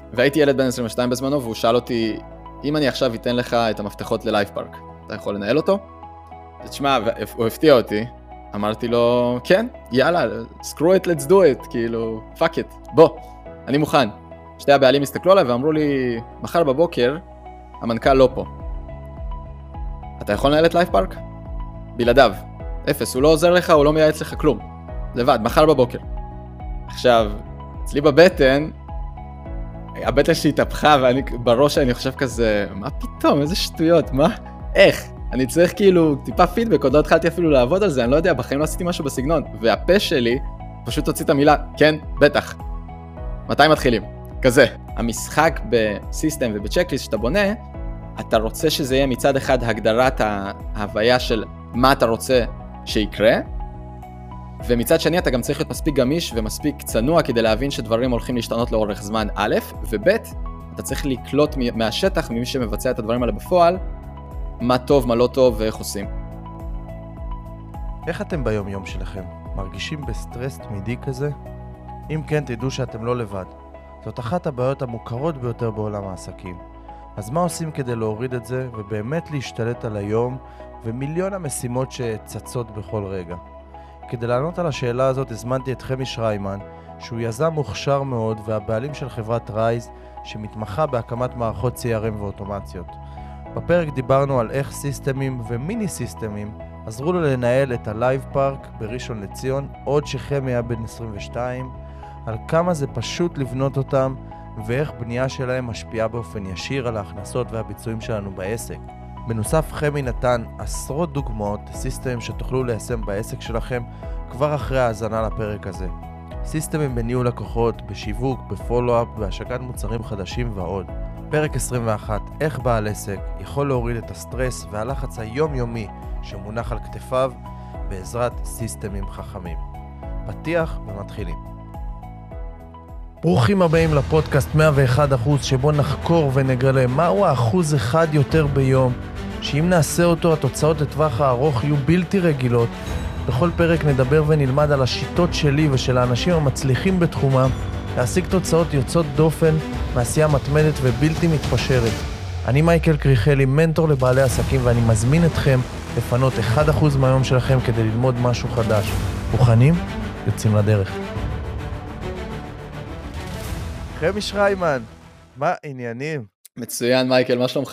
והייתי ילד בן 22 בזמנו, והוא שאל אותי, אם אני עכשיו אתן לך את המפתחות ללייב פארק, אתה יכול לנהל אותו? תשמע, הוא הפתיע אותי, אמרתי לו, כן, יאללה, screw it, let's do it, כאילו, fuck it, בוא, אני מוכן. שתי הבעלים הסתכלו עליי ואמרו לי, מחר בבוקר, המנכ"ל לא פה. אתה יכול לנהל את לייב פארק? בלעדיו. אפס, הוא לא עוזר לך, הוא לא מייעץ לך כלום. לבד, מחר בבוקר. עכשיו, אצלי בבטן, הבטן שלי התהפכה, ואני בראש אני חושב כזה, מה פתאום, איזה שטויות, מה? איך? אני צריך כאילו טיפה פידבק, עוד לא התחלתי אפילו לעבוד על זה, אני לא יודע, בחיים לא עשיתי משהו בסגנון, והפה שלי פשוט הוציא את המילה, כן, בטח. מתי מתחילים? כזה. המשחק בסיסטם ובצ'קליסט שאתה בונה, אתה רוצה שזה יהיה מצד אחד הגדרת ההוויה של מה אתה רוצה שיקרה, ומצד שני אתה גם צריך להיות מספיק גמיש ומספיק צנוע כדי להבין שדברים הולכים להשתנות לאורך זמן א', וב', אתה צריך לקלוט מהשטח, ממי שמבצע את הדברים האלה בפועל, מה טוב, מה לא טוב ואיך עושים. איך אתם ביום יום שלכם? מרגישים בסטרס תמידי כזה? אם כן, תדעו שאתם לא לבד. זאת אחת הבעיות המוכרות ביותר בעולם העסקים. אז מה עושים כדי להוריד את זה ובאמת להשתלט על היום ומיליון המשימות שצצות בכל רגע? כדי לענות על השאלה הזאת הזמנתי את חמי שריימן, שהוא יזם מוכשר מאוד והבעלים של חברת רייז שמתמחה בהקמת מערכות CRM ואוטומציות. בפרק דיברנו על איך סיסטמים ומיני סיסטמים עזרו לו לנהל את הלייב פארק בראשון לציון, עוד שחמי היה בן 22, על כמה זה פשוט לבנות אותם ואיך בנייה שלהם משפיעה באופן ישיר על ההכנסות והביצועים שלנו בעסק. בנוסף, חמי נתן עשרות דוגמאות לסיסטמים שתוכלו ליישם בעסק שלכם כבר אחרי ההאזנה לפרק הזה. סיסטמים בניהול לקוחות, בשיווק, בפולו-אפ, בהשקת מוצרים חדשים ועוד. פרק 21, איך בעל עסק יכול להוריד את הסטרס והלחץ היומיומי שמונח על כתפיו בעזרת סיסטמים חכמים. פתיח ומתחילים. ברוכים הבאים לפודקאסט 101%, שבו נחקור ונגלה מהו האחוז אחד יותר ביום, שאם נעשה אותו התוצאות לטווח הארוך יהיו בלתי רגילות. בכל פרק נדבר ונלמד על השיטות שלי ושל האנשים המצליחים בתחומם להשיג תוצאות יוצאות דופן מעשייה מתמדת ובלתי מתפשרת. אני מייקל קריכלי, מנטור לבעלי עסקים, ואני מזמין אתכם לפנות 1% מהיום שלכם כדי ללמוד משהו חדש. מוכנים? יוצאים לדרך. חמי שריימן, מה עניינים? מצוין מייקל, מה שלומך?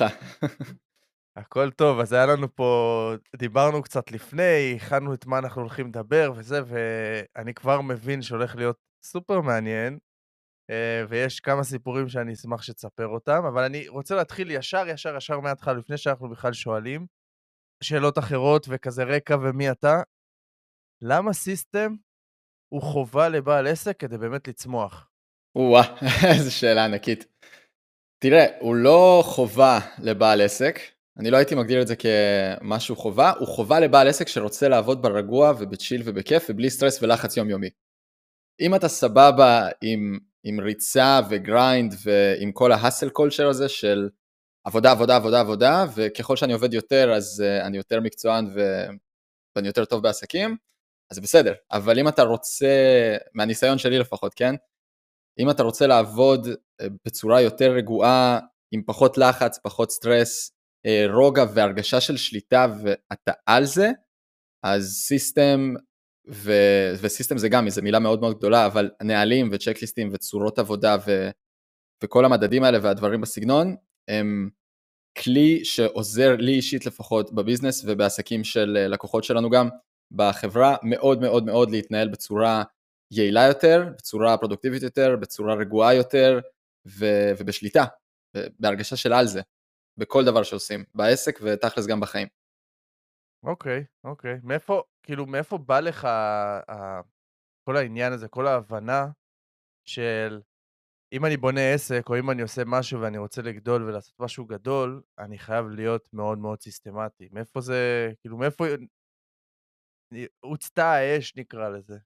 הכל טוב, אז היה לנו פה, דיברנו קצת לפני, הכנו את מה אנחנו הולכים לדבר וזה, ואני כבר מבין שהולך להיות סופר מעניין, ויש כמה סיפורים שאני אשמח שתספר אותם, אבל אני רוצה להתחיל ישר מההתחלה, לפני שאנחנו בכלל שואלים, שאלות אחרות וכזה רקע ומי אתה. למה סיסטם הוא חובה לבעל עסק כדי באמת לצמוח? איזו שאלה ענקית. תראה, הוא לא חובה לבעל עסק, אני לא הייתי מגדיר את זה כמשהו חובה, הוא חובה לבעל עסק שרוצה לעבוד ברגוע ובצ'יל ובכיף ובלי סטרס ולחץ יומיומי. אם אתה סבבה עם ריצה וגריינד ועם כל ההסל קולצ'ר הזה של עבודה, וככל שאני עובד יותר אז אני יותר מקצוען ואני יותר טוב בעסקים, אז בסדר. אבל אם אתה רוצה, מהניסיון שלי לפחות, כן? אם אתה רוצה לעבוד בצורה יותר רגועה, עם פחות לחץ, פחות סטרס, רוגע והרגשה של שליטה ואתה על זה, אז סיסטם, וסיסטם זה גם, זו מילה מאוד מאוד גדולה, אבל נהלים וצ'קליסטים וצורות עבודה וכל המדדים האלה והדברים בסגנון, הם כלי שעוזר לי אישית לפחות בביזנס ובעסקים של לקוחות שלנו גם, בחברה מאוד מאוד מאוד להתנהל בצורה יעילה יותר, בצורה פרודוקטיבית יותר, בצורה רגועה יותר, ובשליטה, בהרגשה של על זה, בכל דבר שעושים, בעסק ותכלס גם בחיים. אוקיי. מאיפה בא לך כל העניין הזה, כל ההבנה של אם אני בונה עסק, או אם אני עושה משהו ואני רוצה לגדול ולעשות משהו גדול, אני חייב להיות מאוד מאוד סיסטמטי. מאיפה זה, מאיפה הוצתה האש, נקרא לזה?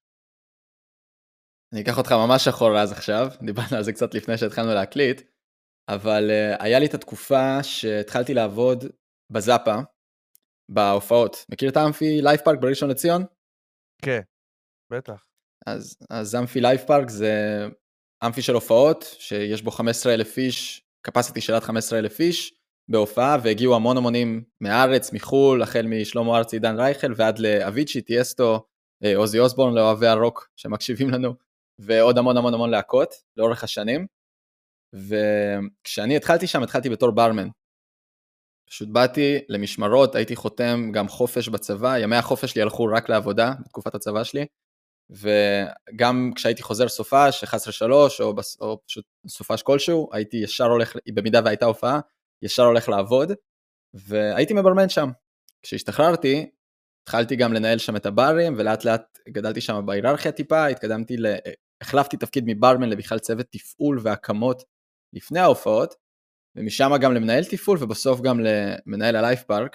אני אקח אותך ממש אחורה אז עכשיו, דיברנו על זה קצת לפני שהתחלנו להקליט, אבל היה לי את התקופה שהתחלתי לעבוד בזאפה, בהופעות. מכיר את האמפי לייב פארק בראשון לציון? כן, בטח. אז אמפי לייב פארק זה אמפי של הופעות, שיש בו 15,000 איש, קפסיטי של עד 15,000 איש, בהופעה, והגיעו המון המונים מהארץ, מחול, החל משלמה ארצי, עידן רייכל, ועד לאביצ'י, טיאסטו, עוזי אוסבורן, לאוהבי הרוק שמקשיבים לנו, ועוד המון המון המון להקות, לאורך השנים. וכשאני התחלתי שם, התחלתי בתור ברמן. פשוט באתי למשמרות, הייתי חותם גם חופש בצבא, ימי החופש לי הלכו רק לעבודה, בתקופת הצבא שלי, וגם כשהייתי חוזר סופש, 11-3, או פשוט סופש כלשהו, הייתי ישר הולך, במידה והייתה הופעה, ישר הולך לעבוד, והייתי מברמן שם. כשהשתחררתי, התחלתי גם לנהל שם את הברים, ולאט לאט גדלתי שם בהיררכיה טיפה, החלפתי תפקיד מברמן לבכלל צוות תפעול והקמות לפני ההופעות, ומשם גם למנהל תפעול, ובסוף גם למנהל הלייף פארק,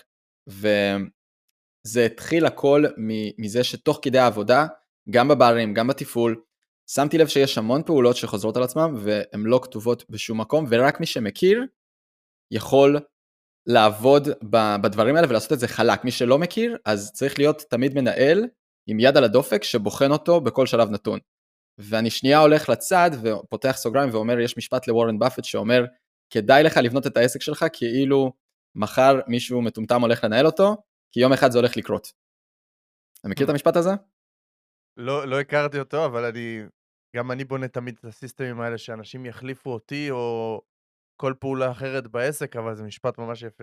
וזה התחיל הכל מזה שתוך כדי העבודה, גם בברים, גם בתפעול, שמתי לב שיש המון פעולות שחוזרות על עצמם, והן לא כתובות בשום מקום, ורק מי שמכיר יכול לעבוד בדברים האלה, ולעשות את זה חלק. מי שלא מכיר, אז צריך להיות תמיד מנהל, עם יד על הדופק, שבוחן אותו בכל שלב נתון. ואני שנייה הולך לצד, ופותח סוגריים, ואומר, יש משפט לוורן באפט, שאומר, כדאי לך לבנות את העסק שלך, כאילו מחר מישהו מטומטם הולך לנהל אותו, כי יום אחד זה הולך לקרות. אתה מכיר את המשפט הזה? לא הכרתי אותו, אבל גם אני בונה תמיד את הסיסטמים האלה, שאנשים יחליפו אותי, או כל פעולה אחרת בעסק, אבל זה משפט ממש יפה.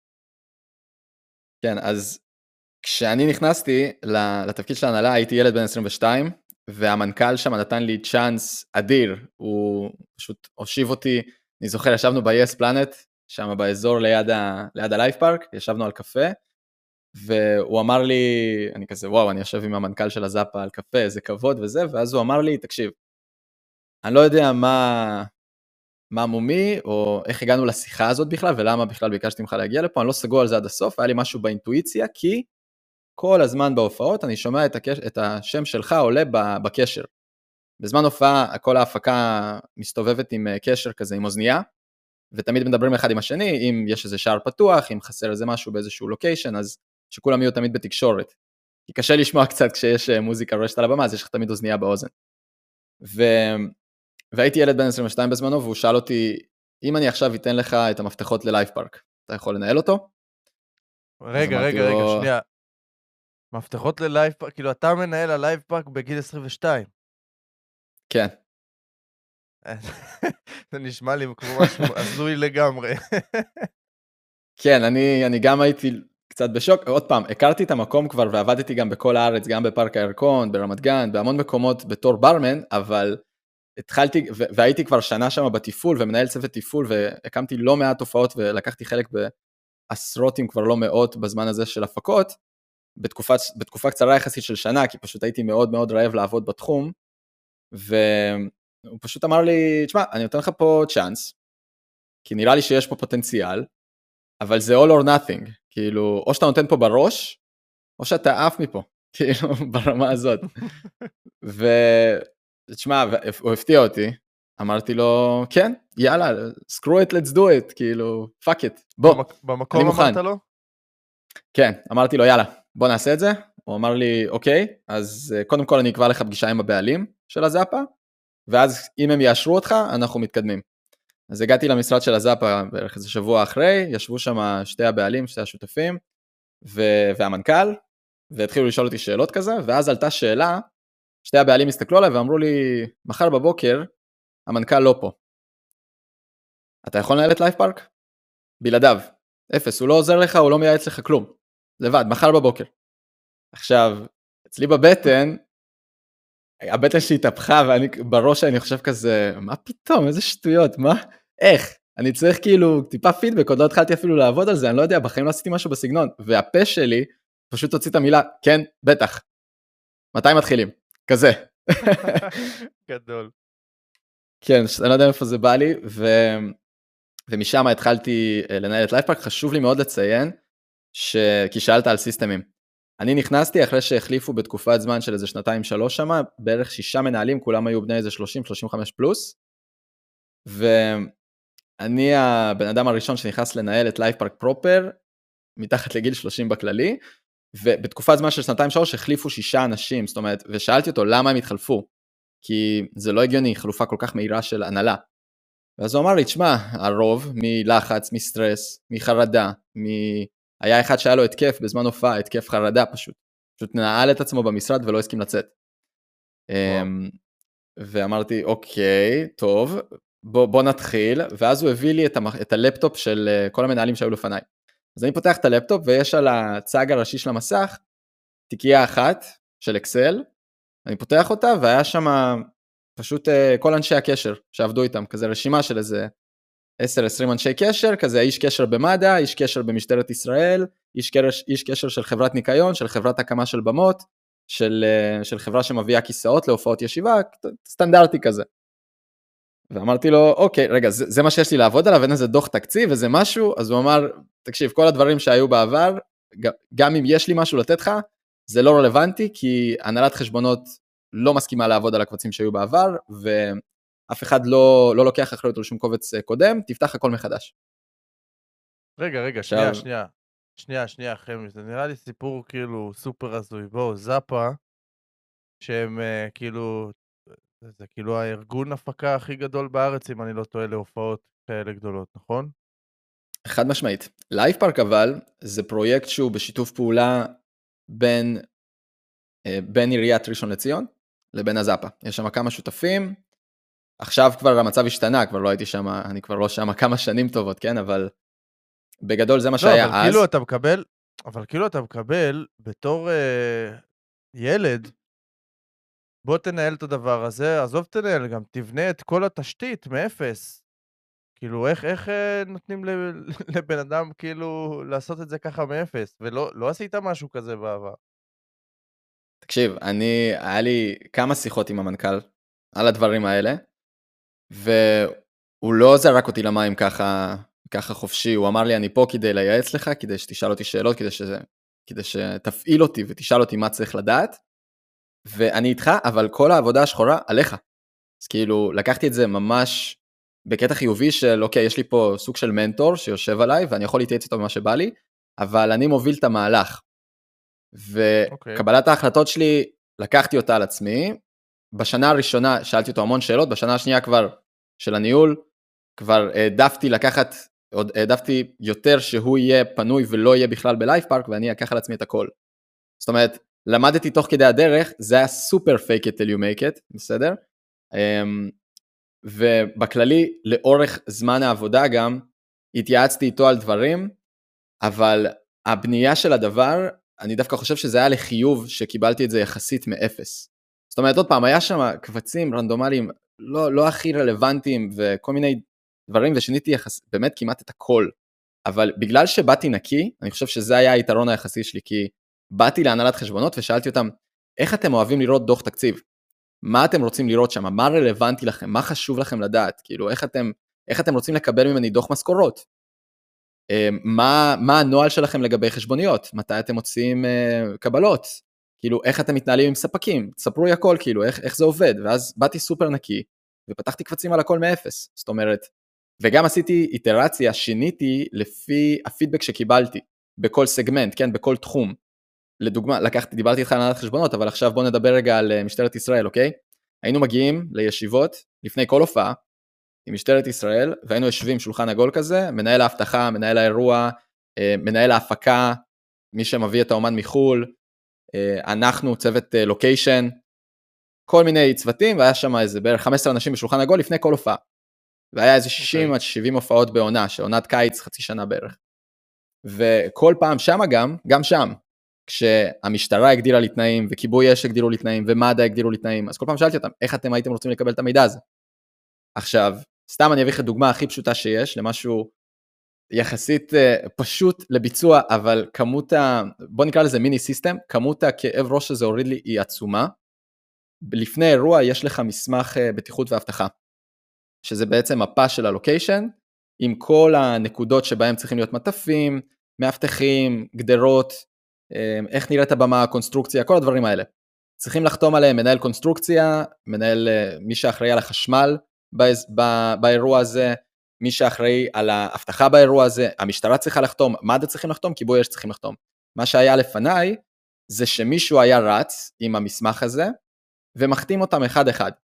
כן, אז כשאני נכנסתי לתפקיד של ההנהלה, הייתי ילד בן 22, והמנכ"ל שם נתן לי צ'אנס אדיר, הוא פשוט הושיב אותי, אני זוכר, ישבנו ב-Yes Planet, שם באזור ליד הלייף פארק, ישבנו על קפה, והוא אמר לי, אני כזה, וואו, אני יושב עם המנכ"ל של הזאפה על קפה, איזה כבוד וזה, ואז הוא אמר לי, תקשיב, אני לא יודע מה מומי, או איך הגענו לשיחה הזאת בכלל, ולמה בכלל ביקשתי ממך להגיע לפה, אני לא סגור על זה עד הסוף, היה לי משהו באינטואיציה, כי כל הזמן בהופעות אני שומע את השם שלך עולה בקשר. בזמן הופעה, כל ההפקה מסתובבת עם קשר כזה, עם אוזנייה, ותמיד מדברים אחד עם השני, אם יש איזה שער פתוח, אם חסר איזה משהו באיזשהו לוקיישן, אז שכולם יהיו תמיד בתקשורת. כי קשה לשמוע קצת כשיש מוזיקה רשת על הבמה, אז יש לך תמיד אוזנייה באוזן. והייתי ילד בן 22 בזמנו, והוא שאל אותי, אם אני עכשיו אתן לך את המפתחות ללייף פארק, אתה יכול לנהל אותו? רגע, שנייה. מפתחות ללייב פארק, כאילו אתה מנהל הלייב פארק בגיל 22. כן. זה נשמע לי כמו משהו הזוי לגמרי. כן, אני גם הייתי קצת בשוק. עוד פעם, הכרתי את המקום כבר ועבדתי גם בכל הארץ, גם בפארק הירקון, ברמת גן, בהמון מקומות בתור ברמן, אבל התחלתי, והייתי כבר שנה שם בתפעול, ומנהל צוות תפעול, והקמתי לא מעט תופעות, ולקחתי חלק בעשרות, אם כבר לא מאות, בזמן הזה של הפקות, בתקופה קצרה יחסית של שנה, כי פשוט הייתי מאוד מאוד רעב לעבוד בתחום, והוא פשוט אמר לי, תשמע, אני נותן לך פה צ'אנס, כי נראה לי שיש פה פוטנציאל, אבל זה all or nothing, כאילו, או שאתה נותן פה בראש, או שאתה עף מפה, כאילו, ברמה הזאת. ותשמע, הוא הפתיע אותי, אמרתי לו, כן, יאללה, screw it, let's do it, כאילו, fuck it, בוא, אני מוכן. במקום אמרת לו? כן, אמרתי לו, יאללה, בוא נעשה את זה. הוא אמר לי, אוקיי, אז קודם כל אני אקבע לך פגישה עם הבעלים של הזאפה, ואז אם הם יאשרו אותך, אנחנו מתקדמים. אז הגעתי למשרד של הזאפה בערך איזה שבוע אחרי, ישבו שם שתי הבעלים, שתי השותפים, והמנכ"ל, והתחילו לשאול אותי שאלות כזה, ואז עלתה שאלה, שתי הבעלים הסתכלו עליי ואמרו לי, מחר בבוקר, המנכ"ל לא פה. אתה יכול לנהל את לייף פארק? בלעדיו. אפס, הוא לא עוזר לך, הוא לא מייעץ לך כלום. לבד, מחר בבוקר. עכשיו, אצלי בבטן, הבטן שלי התהפכה, ואני בראש אני חושב כזה, מה פתאום, איזה שטויות, מה? איך? אני צריך כאילו טיפה פידבק, עוד לא התחלתי אפילו לעבוד על זה, אני לא יודע, בחיים לא עשיתי משהו בסגנון, והפה שלי פשוט הוציא את המילה, כן, בטח. מתי מתחילים? כזה. גדול. כן, אני לא יודע איפה זה בא לי, ומשם התחלתי לנהל את לייף פארק. חשוב לי מאוד לציין, כי שאלת על סיסטמים. אני נכנסתי אחרי שהחליפו בתקופת זמן של איזה 2-3 שמה, בערך 6 מנהלים, כולם היו בני איזה 30-35 פלוס, ואני הבן אדם הראשון שנכנס לנהל את לייף פארק פרופר, מתחת לגיל 30 בכללי, ובתקופת זמן של 2-3 החליפו 6 אנשים, זאת אומרת, ושאלתי אותו למה הם התחלפו, כי זה לא הגיוני, חלופה כל כך מהירה של הנהלה. ואז הוא אמר לי, תשמע, הרוב מלחץ, מסטרס, מחרדה, היה אחד שהיה לו התקף בזמן הופעה, התקף חרדה פשוט נעל את עצמו במשרד ולא הסכים לצאת. ואמרתי, אוקיי, טוב, בוא נתחיל, ואז הוא הביא לי את הלפטופ של כל המנהלים שהיו לפניי. אז אני פותח את הלפטופ, ויש על הצג הראשי של המסך, תיקייה אחת של אקסל, אני פותח אותה, והיה שם פשוט כל אנשי הקשר שעבדו איתם, כזה רשימה של איזה 10-20 אנשי קשר, כזה איש קשר במד"א, איש קשר במשטרת ישראל, איש קשר של חברת ניקיון, של חברת הקמה של במות, של חברה שמביאה כיסאות להופעות ישיבה, סטנדרטי כזה. ואמרתי לו, אוקיי, רגע, זה מה שיש לי לעבוד עליו, אין איזה דוח תקציב, איזה משהו, אז הוא אמר, תקשיב, כל הדברים שהיו בעבר, גם אם יש לי משהו לתת לך, זה לא רלוונטי, כי הנהלת חשבונות לא מסכימה לעבוד על הקבצים שהיו בעבר, ואף אחד לא לוקח אחריות על שום קובץ קודם, תפתח הכל מחדש. רגע, שנייה, חמי, זה נראה לי סיפור כאילו סופר הזוי. בואו, זאפה, שהם כאילו, זה כאילו הארגון הפקה הכי גדול בארץ, אם אני לא טועה, להופעות כאלה גדולות, נכון? חד משמעית. לייפפארק אבל, זה פרויקט שהוא בשיתוף פעולה בין עיריית ראשון לציון לבין הזאפה. יש שם כמה שותפים, עכשיו כבר המצב השתנה, כבר לא הייתי שם, אני כבר לא שם כמה שנים טובות, כן? אבל בגדול זה מה שהיה אז. אבל כאילו אתה מקבל בתור ילד, בוא תנהל את הדבר הזה, עזוב תנהל, גם תבנה את כל התשתית מאפס. כאילו, איך נותנים לבן אדם כאילו לעשות את זה ככה מאפס? ולא עשית משהו כזה בעבר. תקשיב, היה לי כמה שיחות עם המנכ"ל על הדברים האלה, והוא לא זרק אותי למים ככה חופשי, הוא אמר לי, אני פה כדי לייעץ לך, כדי שתשאל אותי שאלות, כדי שתפעיל אותי ותשאל אותי מה צריך לדעת, ואני איתך, אבל כל העבודה השחורה עליך. אז כאילו, לקחתי את זה ממש בקטע חיובי של, אוקיי, יש לי פה סוג של מנטור שיושב עליי, ואני יכול להתייעץ איתו במה שבא לי, אבל אני מוביל את המהלך. וקבלת ההחלטות שלי, לקחתי אותה על עצמי, בשנה הראשונה שאלתי אותו המון שאלות, בשנה השנייה כבר של הניהול, כבר העדפתי יותר שהוא יהיה פנוי ולא יהיה בכלל בלייפפארק, ואני אקח על עצמי את הכל. זאת אומרת, למדתי תוך כדי הדרך, זה היה סופר fake it till you make it, בסדר? ובכללי, לאורך זמן העבודה גם, התייעצתי איתו על דברים, אבל הבנייה של הדבר, אני דווקא חושב שזה היה לחיוב שקיבלתי את זה יחסית מאפס. זאת אומרת, עוד פעם, היה שם קבצים רנדומליים, לא הכי רלוונטיים, וכל מיני דברים, ושיניתי באמת כמעט את הכל. אבל בגלל שבאתי נקי, אני חושב שזה היה היתרון היחסי שלי, כי באתי להנהלת חשבונות ושאלתי אותם, איך אתם אוהבים לראות דוח תקציב? מה אתם רוצים לראות שם? מה רלוונטי לכם? מה חשוב לכם לדעת? כאילו, איך אתם רוצים לקבל ממני דוח משכורות? מה הנוהל שלכם לגבי חשבוניות? מתי אתם מוצאים קבלות? כאילו, איך אתם מתנהלים עם ספקים? תספרו לי הכל, כאילו, איך זה עובד? ואז באתי סופר נקי, ופתחתי קבצים על הכל מאפס. זאת אומרת, וגם עשיתי איטרציה, שיניתי לפי הפידבק שקיבלתי, בכל סגמנט, כן, בכל תחום. לדוגמה, דיברתי איתך על הנהלת חשבונות, אבל עכשיו בוא נדבר רגע על משטרת ישראל, אוקיי? היינו מגיעים לישיבות, לפני כל הופעה, עם משטרת ישראל, והיינו יושבים שולחן עגול כזה, מנהל ההבטחה, מנהל האירוע, מנהל ההפקה, מי שמביא את האומן מחול, אנחנו, צוות לוקיישן, כל מיני צוותים, והיה שם איזה בערך 15 אנשים בשולחן עגול לפני כל הופעה. והיה איזה 60 עד 70 הופעות בעונה, שעונת קיץ חצי שנה בערך. וכל פעם שם גם שם, כשהמשטרה הגדילה לי תנאים, וכיבוי אש הגדילו לי תנאים, ומד"א הגדילו לי תנאים, אז כל פעם שאלתי אותם, איך אתם הייתם רוצים לקבל את המידע הזה? עכשיו, סתם אני אביא לך דוגמה הכי פשוטה שיש, למשהו יחסית פשוט לביצוע, אבל בוא נקרא לזה מיני סיסטם, כמות הכאב ראש שזה הוריד לי היא עצומה. לפני אירוע יש לך מסמך בטיחות והבטחה, שזה בעצם מפה של הלוקיישן, עם כל הנקודות שבהם צריכים להיות מטפים, מאבטחים, גדרות, איך נראית הבמה, קונסטרוקציה, כל הדברים האלה. צריכים לחתום עליהם מנהל קונסטרוקציה, מי שאחראי על החשמל באירוע הזה, מי שאחראי על ההבטחה באירוע הזה, המשטרה צריכה לחתום, מד"א צריכים לחתום, כיבוי אש צריכים לחתום. מה שהיה לפניי, זה שמישהו היה רץ עם המסמך הזה, ומחתים אותם אחד אחד.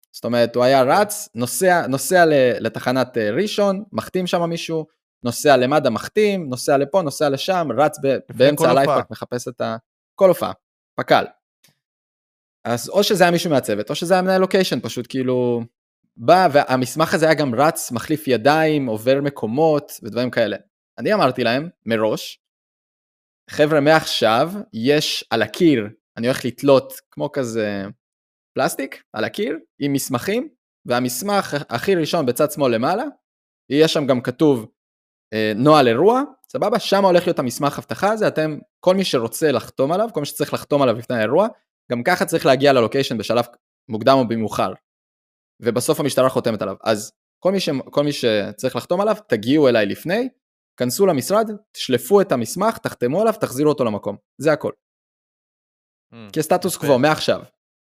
זאת אומרת, הוא היה רץ, נוסע לתחנת ראשון, מחתים שם מישהו, נוסע למד"א מחתים, נוסע לפה, נוסע לשם, רץ באמצע הלייפפארק, מחפש את כל הופעה, פקל. אז או שזה היה מישהו מהצוות, או שזה היה מנהל לוקיישן, פשוט כאילו בא, והמסמך הזה היה גם רץ, מחליף ידיים, עובר מקומות ודברים כאלה. אני אמרתי להם מראש, חבר'ה מעכשיו יש על הקיר, אני הולך לתלות כמו כזה פלסטיק על הקיר עם מסמכים, והמסמך הכי ראשון בצד שמאל למעלה, יהיה שם גם כתוב נוהל אירוע, סבבה, שם הולך להיות המסמך הבטחה הזה, אתם, כל מי שרוצה לחתום עליו, כל מי שצריך לחתום עליו לפני האירוע, גם ככה צריך להגיע ללוקיישן בשלב מוקדם או במאוחר, ובסוף המשטרה חותמת עליו. אז כל מי שצריך לחתום עליו, תגיעו אליי לפני, כנסו למשרד, תשלפו את המסמך, תחתמו עליו, תחזירו אותו למקום. זה הכל. כסטטוס קוו, מעכשיו.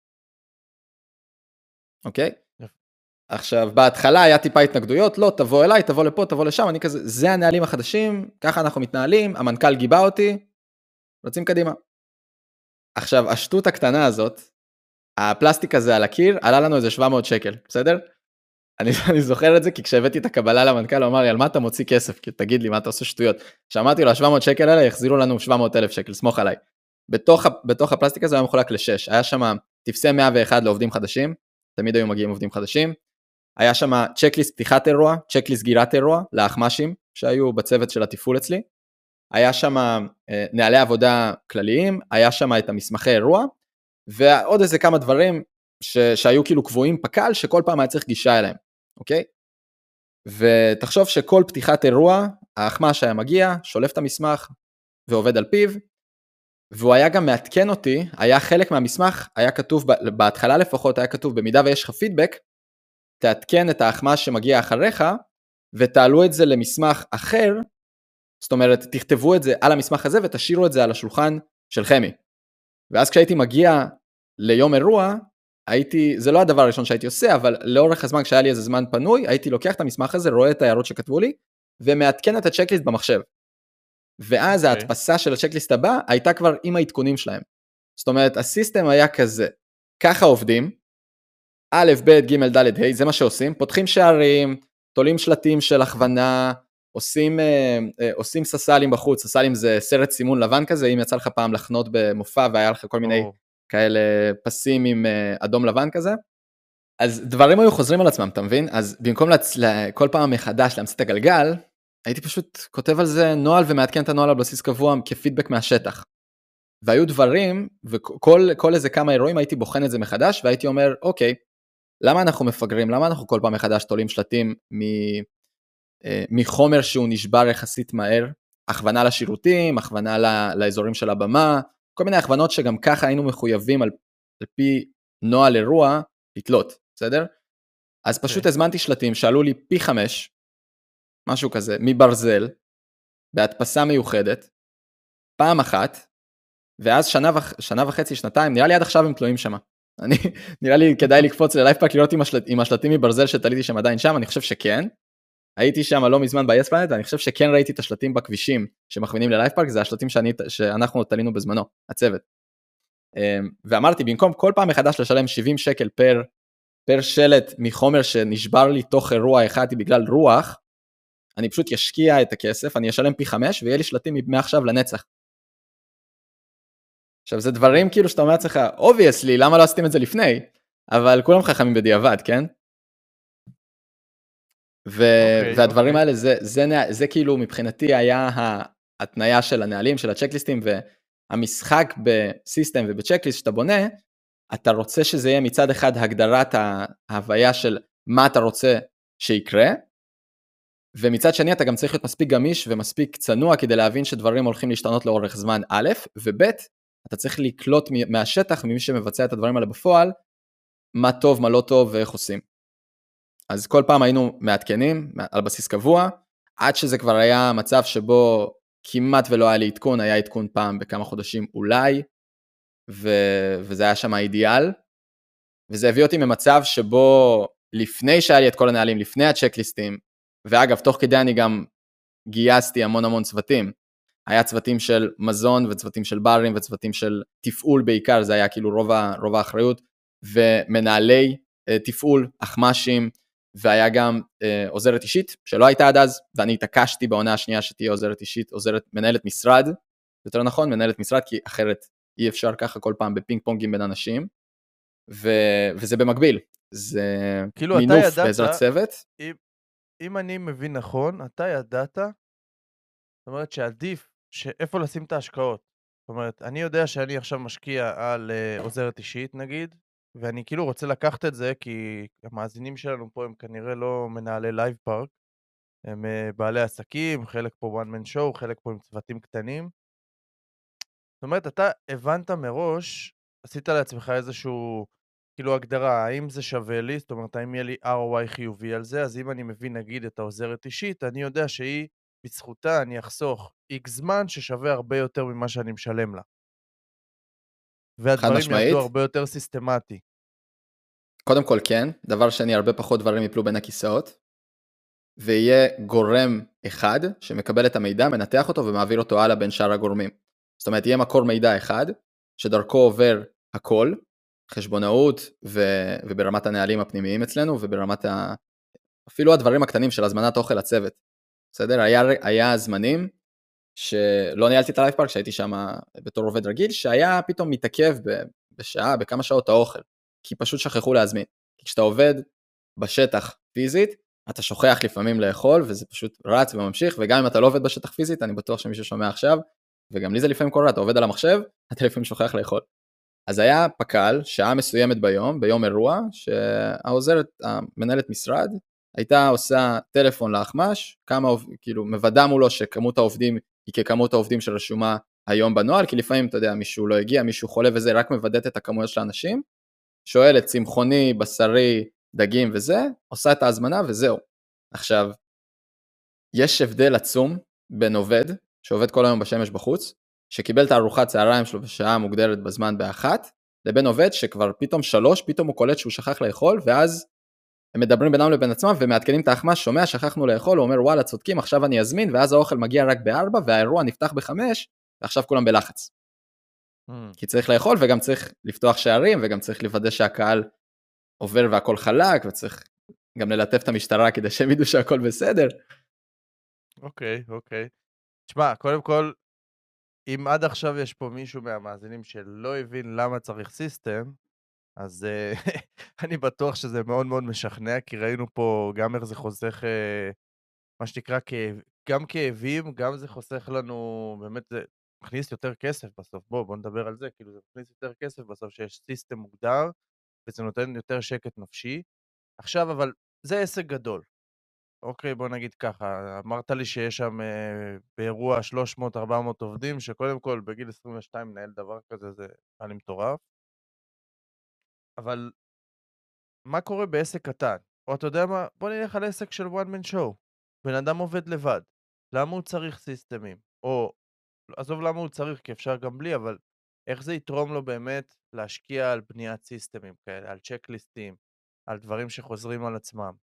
אוקיי? עכשיו, בהתחלה היה טיפה התנגדויות, לא, תבוא אליי, תבוא לפה, תבוא לשם, אני כזה, זה הנהלים החדשים, ככה אנחנו מתנהלים, המנכ"ל גיבה אותי, רצים קדימה. עכשיו, השטות הקטנה הזאת, הפלסטיק הזה על הקיר, עלה לנו איזה 700 שקל, בסדר? אני זוכר את זה, כי כשהבאתי את הקבלה למנכ"ל, הוא אמר לי, על מה אתה מוציא כסף? כי תגיד לי, מה אתה עושה שטויות? שאמרתי לו, ה-700 שקל האלה, יחזירו לנו 700,000 שקל, סמוך עליי. בתוך הפלסטיק הזה היה מחולק ל6, היה שם תפסי 101 לעובדים חדשים, תמיד היו מגיעים עובדים חדשים, היה שם צ'קליסט פתיחת אירוע, צ'קליסט סגירת אירוע, לאחמ"שים שהיו בצוות של התפעול אצלי, היה שם נהלי עבודה כלליים, היה שם את המסמכי אירוע, ועוד איזה כמה דברים שהיו כאילו קבועים פקל, שכל פעם היה צריך גישה אליהם, אוקיי? ותחשוב שכל פתיחת אירוע, האחמ"ש היה מגיע, שולף את המסמך ועובד על פיו, והוא היה גם מעדכן אותי, היה חלק מהמסמך, היה כתוב, בהתחלה לפחות היה כתוב, במידה ויש לך פידבק, תעדכן את האחמ"ש שמגיע אחריך, ותעלו את זה למסמך אחר, זאת אומרת, תכתבו את זה על המסמך הזה, ותשאירו את זה על השולחן של חמי. ואז כשהייתי מגיע ליום אירוע, זה לא הדבר הראשון שהייתי עושה, אבל לאורך הזמן, כשהיה לי איזה זמן פנוי, הייתי לוקח את המסמך הזה, רואה את ההערות שכתבו לי, ומעדכן את הצ'קליסט במחשב. ואז ההדפסה של הצ'קליסט הבא, הייתה כבר עם העדכונים שלהם. זאת אומרת, הסיסטם היה כזה, ככה עובדים, א', ב', ג', ד', ה', זה מה שעושים, פותחים שערים, תולים שלטים של הכוונה, עושים ססלים בחוץ, ססלים זה סרט סימון לבן כזה, אם יצא לך פעם לחנות במופע, והיה לך כל מיני כאלה פסים עם אדום לבן כזה, אז דברים היו חוזרים על עצמם, אתה מבין? אז במקום כל פעם מחדש להמציא את הגלגל, הייתי פשוט כותב על זה נוהל ומעדכן את הנוהל על בסיס קבוע כפידבק מהשטח. והיו דברים, וכל איזה כמה אירועים הייתי בוחן את זה מחדש, והייתי אומר, אוקיי, למה אנחנו מפגרים? למה אנחנו כל פעם מחדש תולים שלטים מחומר שהוא נשבר יחסית מהר? הכוונה לשירותים, הכוונה לאזורים של הבמה, כל מיני הכוונות שגם ככה היינו מחויבים על פי נוהל אירוע לתלות, בסדר? אז פשוט הזמנתי שלטים שעלו לי פי 5, משהו כזה, מברזל, בהדפסה מיוחדת, פעם אחת, ואז שנה וחצי, שנתיים, נראה לי עד עכשיו הם תלויים שם. נראה לי כדאי לקפוץ ללייפפארק, לראות אם השלטים מברזל שתליתי שם עדיין שם, אני חושב שכן. הייתי שם לא מזמן ב-Yes Planet, ואני חושב שכן ראיתי את השלטים בכבישים שמכווינים ללייפפארק, זה השלטים שאנחנו תלינו בזמנו, הצוות. ואמרתי, במקום כל פעם מחדש לשלם 70 שקל פר שלט מחומר שנשבר לי תוך אירוע אחד בגלל רוח, אני פשוט ישקיע את הכסף, אני אשלם פי 5, ויהיה לי שלטים מעכשיו לנצח. עכשיו, זה דברים כאילו שאתה אומר לעצמך, obviously, למה לא עשיתם את זה לפני? אבל כולם חכמים בדיעבד, כן? והדברים האלה, זה כאילו מבחינתי היה התניה של הנהלים, של הצ'קליסטים, והמשחק בסיסטם ובצ'קליסט שאתה בונה, אתה רוצה שזה יהיה מצד אחד הגדרת ההוויה של מה אתה רוצה שיקרה, ומצד שני אתה גם צריך להיות מספיק גמיש ומספיק צנוע כדי להבין שדברים הולכים להשתנות לאורך זמן א', וב', אתה צריך לקלוט מהשטח, ממי שמבצע את הדברים האלה בפועל, מה טוב, מה לא טוב ואיך עושים. אז כל פעם היינו מעדכנים על בסיס קבוע, עד שזה כבר היה מצב שבו כמעט ולא היה לי עדכון, היה עדכון פעם בכמה חודשים אולי, וזה היה שם האידיאל, וזה הביא אותי ממצב שבו לפני שהיה לי את כל הנהלים, לפני הצ'קליסטים, ואגב, תוך כדי אני גם גייסתי המון צוותים, היה צוותים של מזון וצוותים של ברים וצוותים של תפעול בעיקר, זה היה כאילו רוב האחריות, ומנהלי תפעול, אחמ"שים, והיה גם עוזרת אישית, שלא הייתה עד אז, ואני התעקשתי בעונה השנייה שתהיה עוזרת אישית, מנהלת משרד, יותר נכון, מנהלת משרד, כי אחרת אי אפשר ככה כל פעם בפינג פונגים בין אנשים, וזה במקביל, זה כאילו אתה מינוף ידעת, בעזרת צוות. אם אני מבין נכון, אתה ידעת, זאת אומרת שעדיף איפה לשים את ההשקעות. זאת אומרת, אני יודע שאני עכשיו משקיע על עוזרת אישית נגיד, ואני כאילו רוצה לקחת את זה, כי המאזינים שלנו פה הם כנראה לא מנהלי לייב פארק, הם בעלי עסקים, חלק פה one man show, חלק פה עם צוותים קטנים. זאת אומרת, אתה הבנת מראש, עשית לעצמך איזשהו, כאילו הגדרה, האם זה שווה לי, זאת אומרת, האם יהיה לי ROI חיובי על זה, אז אם אני מבין נגיד את העוזרת אישית, אני יודע שהיא, בזכותה אני אחסוך X זמן ששווה הרבה יותר ממה שאני משלם לה. חד והדברים יעבדו משמעית, הרבה יותר סיסטמטי. קודם כל כן, דבר שני, הרבה פחות דברים יפלו בין הכיסאות, ויהיה גורם אחד שמקבל את המידע, מנתח אותו ומעביר אותו הלאה בין שאר הגורמים. זאת אומרת, יהיה מקור מידע אחד, שדרכו עובר הכל, חשבונאות וברמת הנהלים הפנימיים אצלנו, וברמת אפילו הדברים הקטנים של הזמנת אוכל לצוות. בסדר? היה זמנים שלא ניהלתי את הלייב פארק, שהייתי שם בתור עובד רגיל, שהיה פתאום מתעכב בשעה, בכמה שעות האוכל, כי פשוט שכחו להזמין. כי כשאתה עובד בשטח פיזית, אתה שוכח לפעמים לאכול, וזה פשוט רץ וממשיך, וגם אם אתה לא עובד בשטח פיזית, אני בטוח שמישהו שומע עכשיו, וגם לי זה לפעמים קורה, אתה עובד על המחשב, אתה לפעמים שוכח לאכול. אז היה פקל, שעה מסוימת ביום אירוע, שהעוזרת, המנהלת משרד, הייתה עושה טלפון לאחמ"ש, כאילו מוודא מולו שכמות העובדים היא ככמות העובדים שרשומה היום בנוהל, כי לפעמים, אתה יודע, מישהו לא הגיע, מישהו חולה וזה, רק מוודאת את הכמויות של האנשים, שואלת צמחוני, בשרי, דגים וזה, עושה את ההזמנה וזהו. עכשיו, יש הבדל עצום בין עובד, שעובד כל היום בשמש בחוץ, שקיבל את הארוחת צהריים שלו בשעה מוגדרת בזמן באחת, לבין עובד שכבר פתאום 3, פתאום הוא קולט שהוא שכח לאכול, ואז הם מדברים בינם לבין עצמם, ומעדכנים את האחמ"ש, שומע, שכחנו לאכול, הוא אומר, וואלה, צודקים, עכשיו אני אזמין, ואז האוכל מגיע רק ב4, והאירוע נפתח ב5, ועכשיו כולם בלחץ. כי צריך לאכול, וגם צריך לפתוח שערים, וגם צריך לוודא שהקהל עובר והכל חלק, וצריך גם ללטף את המשטרה, כדי שהם ידעו שהכל בסדר. אוקיי. תשמע, קודם כל, אם עד עכשיו יש פה מישהו מהמאזינים שלא הבין למה צריך סיסטם, אז אני בטוח שזה מאוד מאוד משכנע, כי ראינו פה גם איך זה חוסך, מה שנקרא, גם כאבים, גם זה חוסך לנו, באמת זה מכניס יותר כסף בסוף. בוא נדבר על זה, כאילו זה מכניס יותר כסף בסוף שיש סיסטם מוגדר, וזה נותן יותר שקט נפשי. עכשיו, אבל זה עסק גדול. אוקיי, בוא נגיד ככה, אמרת לי שיש שם באירוע 300-400 עובדים, שקודם כל בגיל 22 מנהל דבר כזה, זה נראה לי מטורף. אבל מה קורה בעסק קטן? או אתה יודע מה? בוא נלך על עסק של one man show. בן אדם עובד לבד. למה הוא צריך סיסטמים? או, עזוב למה הוא צריך, כי אפשר גם בלי, אבל איך זה יתרום לו באמת להשקיע על בניית סיסטמים כאלה, על צ'קליסטים, על דברים שחוזרים על עצמם?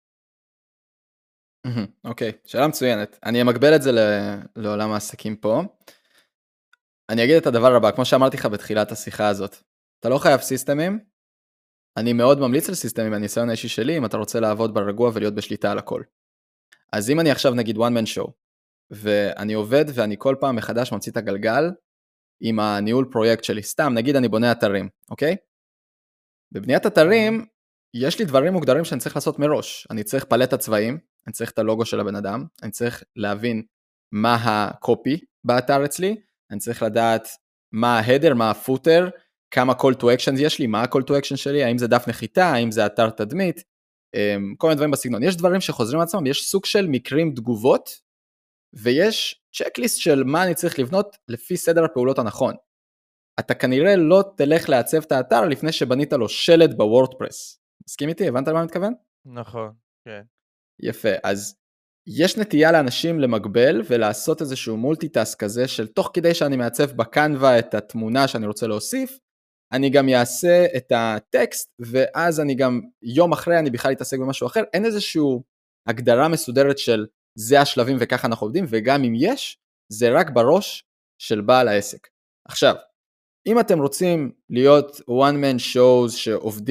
אוקיי, שאלה מצוינת. אני אמקבל את זה לעולם העסקים פה. אני אגיד את הדבר הבא, כמו שאמרתי לך בתחילת השיחה הזאת. אתה לא חייב סיסטמים. אני מאוד ממליץ על סיסטמים מהניסיון האישי שלי, אם אתה רוצה לעבוד ברגוע ולהיות בשליטה על הכל. אז אם אני עכשיו נגיד one man show, ואני עובד ואני כל פעם מחדש ממציא את הגלגל, עם הניהול פרויקט שלי, סתם נגיד אני בונה אתרים, אוקיי? בבניית אתרים, יש לי דברים מוגדרים שאני צריך לעשות מראש. אני צריך פלט הצבעים, אני צריך את הלוגו של הבן אדם, אני צריך להבין מה הקופי באתר אצלי, אני צריך לדעת מה ההדר, מה הפוטר, כמה call to action יש לי, מה ה-call to action שלי, האם זה דף נחיתה, האם זה אתר תדמית, כל מיני דברים בסגנון. יש דברים שחוזרים לעצמם, יש סוג של מקרים תגובות, ויש צ'קליסט של מה אני צריך לבנות לפי סדר הפעולות הנכון. אתה כנראה לא תלך לעצב את האתר לפני שבנית לו שלט בוורדפרס. מסכים איתי? הבנת למה אני מתכוון? נכון, כן. יפה, אז יש נטייה לאנשים למקבל ולעשות איזשהו מולטיטאסק כזה של תוך כדי שאני מעצב בקנווה את התמונה שאני רוצה להוסיף, אני גם אעשה את הטקסט, ואז אני גם יום אחרי אני בכלל אתעסק במשהו אחר. אין איזשהו הגדרה מסודרת של זה השלבים וככה אנחנו עובדים, וגם אם יש, זה רק בראש של בעל העסק. עכשיו, אם אתם רוצים להיות one man shows שעובדים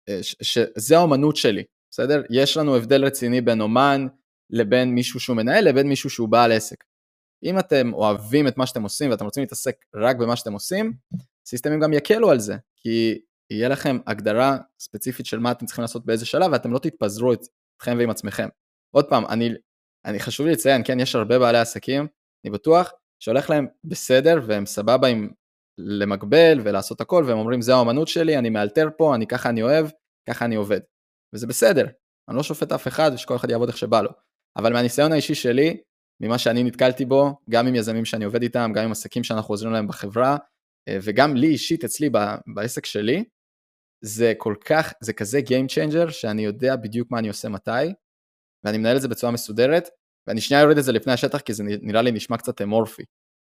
שזה האומנות שלי, בסדר? יש לנו הבדל רציני בין אומן לבין מישהו שהוא מנהל, לבין מישהו שהוא בעל עסק. אם אתם אוהבים את מה שאתם עושים, ואתם רוצים להתעסק רק במה שאתם עושים, סיסטמים גם יקלו על זה, כי יהיה לכם הגדרה ספציפית של מה אתם צריכים לעשות באיזה שלב, ואתם לא תתפזרו אתכם ועם עצמכם. עוד פעם, חשוב לי לציין, כן, יש הרבה בעלי עסקים, אני בטוח שהולך להם בסדר, והם סבבה עם למקבל ולעשות הכל, והם אומרים, זה האמנות שלי, אני מאלתר פה, ככה אני אוהב, ככה אני עובד. וזה בסדר, אני לא שופט אף אחד, ושכל אחד יעבוד איך שבא לו. אבל מהניסיון האישי שלי, ממה שאני נתקלתי בו, גם עם יזמים שאני עובד איתם, גם עם עסקים שאנחנו עוזרים להם בחברה, וגם לי אישית אצלי בעסק שלי, זה כזה game changer, שאני יודע בדיוק מה אני עושה מתי, ואני מנהל את זה בצורה מסודרת, ואני שנייה יוריד את זה לפני השטח, כי זה נראה לי נשמע קצת אמורפי.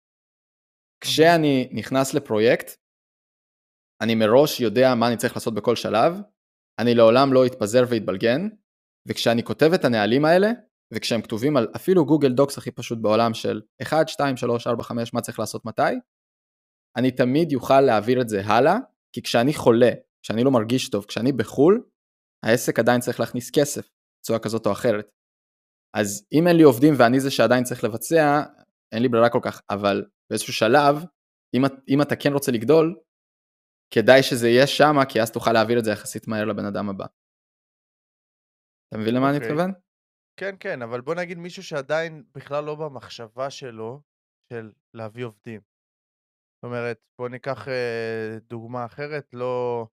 כשאני נכנס לפרויקט, אני מראש יודע מה אני צריך לעשות בכל שלב, אני לעולם לא אתפזר והתבלגן, וכשאני כותב את הנהלים האלה, וכשהם כתובים על אפילו גוגל דוקס הכי פשוט בעולם של 1, 2, 3, 4, 5, מה צריך לעשות מתי, אני תמיד יוכל להעביר את זה הלאה, כי כשאני חולה, כשאני לא מרגיש טוב, כשאני בחול, העסק עדיין צריך להכניס כסף, בצורה כזאת או אחרת. אז אם אין לי עובדים ואני זה שעדיין צריך לבצע, אין לי ברירה כל כך, אבל באיזשהו שלב, אם אתה כן רוצה לגדול, כדאי שזה יהיה שם, כי אז תוכל להעביר את זה יחסית מהר לבן אדם הבא. אתה מבין למה אני מתכוון? כן, כן, אבל בוא נגיד מישהו שעדיין בכלל לא במחשבה שלו, של להביא עובדים. זאת אומרת, בוא ניקח דוגמה אחרת, לא...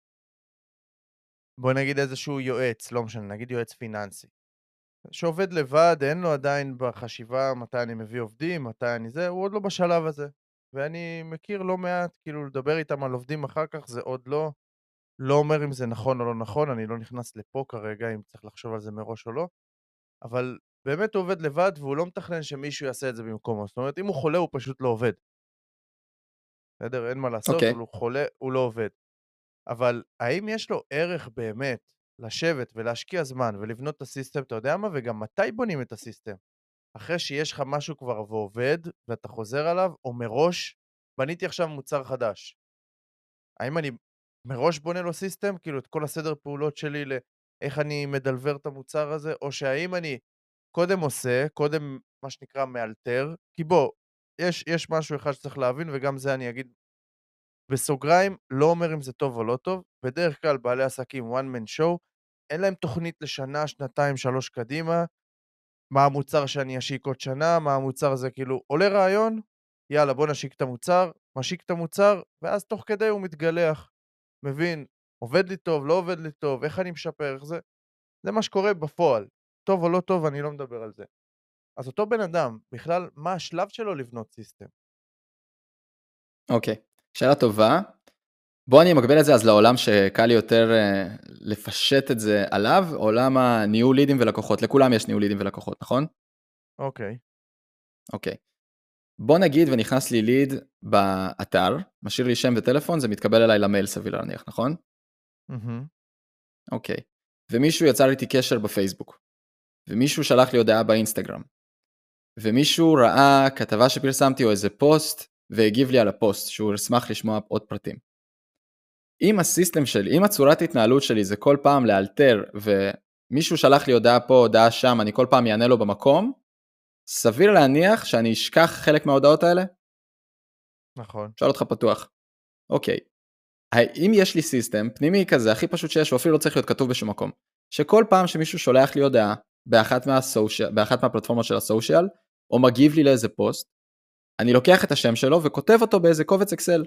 בוא נגיד איזשהו יועץ, לא משנה, נגיד יועץ פיננסי. שעובד לבד, אין לו עדיין בחשיבה מתי אני מביא עובדים, מתי אני זה, הוא עוד לא בשלב הזה. ואני מכיר לא מעט, כאילו לדבר איתם על עובדים אחר כך, זה עוד לא אומר אם זה נכון או לא נכון, אני לא נכנס לפה כרגע, אם צריך לחשוב על זה מראש או לא, אבל באמת הוא עובד לבד, והוא לא מתכנן שמישהו יעשה את זה במקומו. זאת אומרת, אם הוא חולה, הוא פשוט לא עובד. בסדר? אין מה לעשות, אוקיי. הוא חולה, הוא לא עובד. אבל האם יש לו ערך באמת לשבת ולהשקיע זמן ולבנות את הסיסטם, אתה יודע מה? וגם מתי בונים את הסיסטם? אחרי שיש לך משהו כבר ועובד, ואתה חוזר עליו, או מראש, בניתי עכשיו מוצר חדש. האם אני מראש בונה לו סיסטם, כאילו את כל הסדר פעולות שלי לאיך אני מדלבר את המוצר הזה, או שהאם אני קודם עושה, קודם מה שנקרא מאלתר, כי בוא, יש משהו אחד שצריך להבין, וגם זה אני אגיד בסוגריים, לא אומר אם זה טוב או לא טוב, בדרך כלל בעלי עסקים one man show, אין להם תוכנית לשנה, שנתיים, 3 קדימה, מה המוצר שאני אשיק עוד שנה, מה המוצר הזה, כאילו, עולה רעיון, יאללה בוא נשיק את המוצר, משיק את המוצר, ואז תוך כדי הוא מתגלח, מבין, עובד לי טוב, לא עובד לי טוב, איך אני משפר, איך זה, זה מה שקורה בפועל, טוב או לא טוב, אני לא מדבר על זה. אז אותו בן אדם, בכלל, מה השלב שלו לבנות סיסטם? אוקיי, שאלה טובה. בוא אני מקבל את זה אז לעולם שקל לי יותר לפשט את זה עליו, עולם הניהול לידים ולקוחות, לכולם יש ניהול לידים ולקוחות, נכון? אוקיי. אוקיי. בוא נגיד ונכנס לי ליד באתר, משאיר לי שם וטלפון, זה מתקבל אליי למייל סביר להניח, נכון? אוקיי. ומישהו יצר איתי קשר בפייסבוק, ומישהו שלח לי הודעה באינסטגרם, ומישהו ראה כתבה שפרסמתי או איזה פוסט, והגיב לי על הפוסט, שהוא אשמח לשמוע עוד פרטים. אם הסיסטם שלי, אם הצורת התנהלות שלי זה כל פעם לאלתר, ומישהו שלח לי הודעה פה, הודעה שם, אני כל פעם יענה לו במקום, סביר להניח שאני אשכח חלק מההודעות האלה? נכון. שואל אותך פתוח. אוקיי. האם יש לי סיסטם פנימי כזה, הכי פשוט שיש, ואפילו לא צריך להיות כתוב בשום מקום, שכל פעם שמישהו שולח לי הודעה, באחת מהפלטפורמות של הסושיאל, או מגיב לי לאיזה פוסט, אני לוקח את השם שלו וכותב אותו באיזה קובץ אקסל.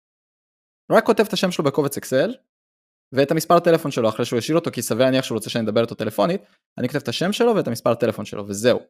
רק כותב את השם שלו בקובץ אקסל, ואת המספר הטלפון שלו, אחרי שהוא ישאיר אותו, כי סביר להניח שהוא רוצה שאני אדבר איתו טלפונית, אני כותב את השם שלו ואת המספר הטלפון שלו, וזהו.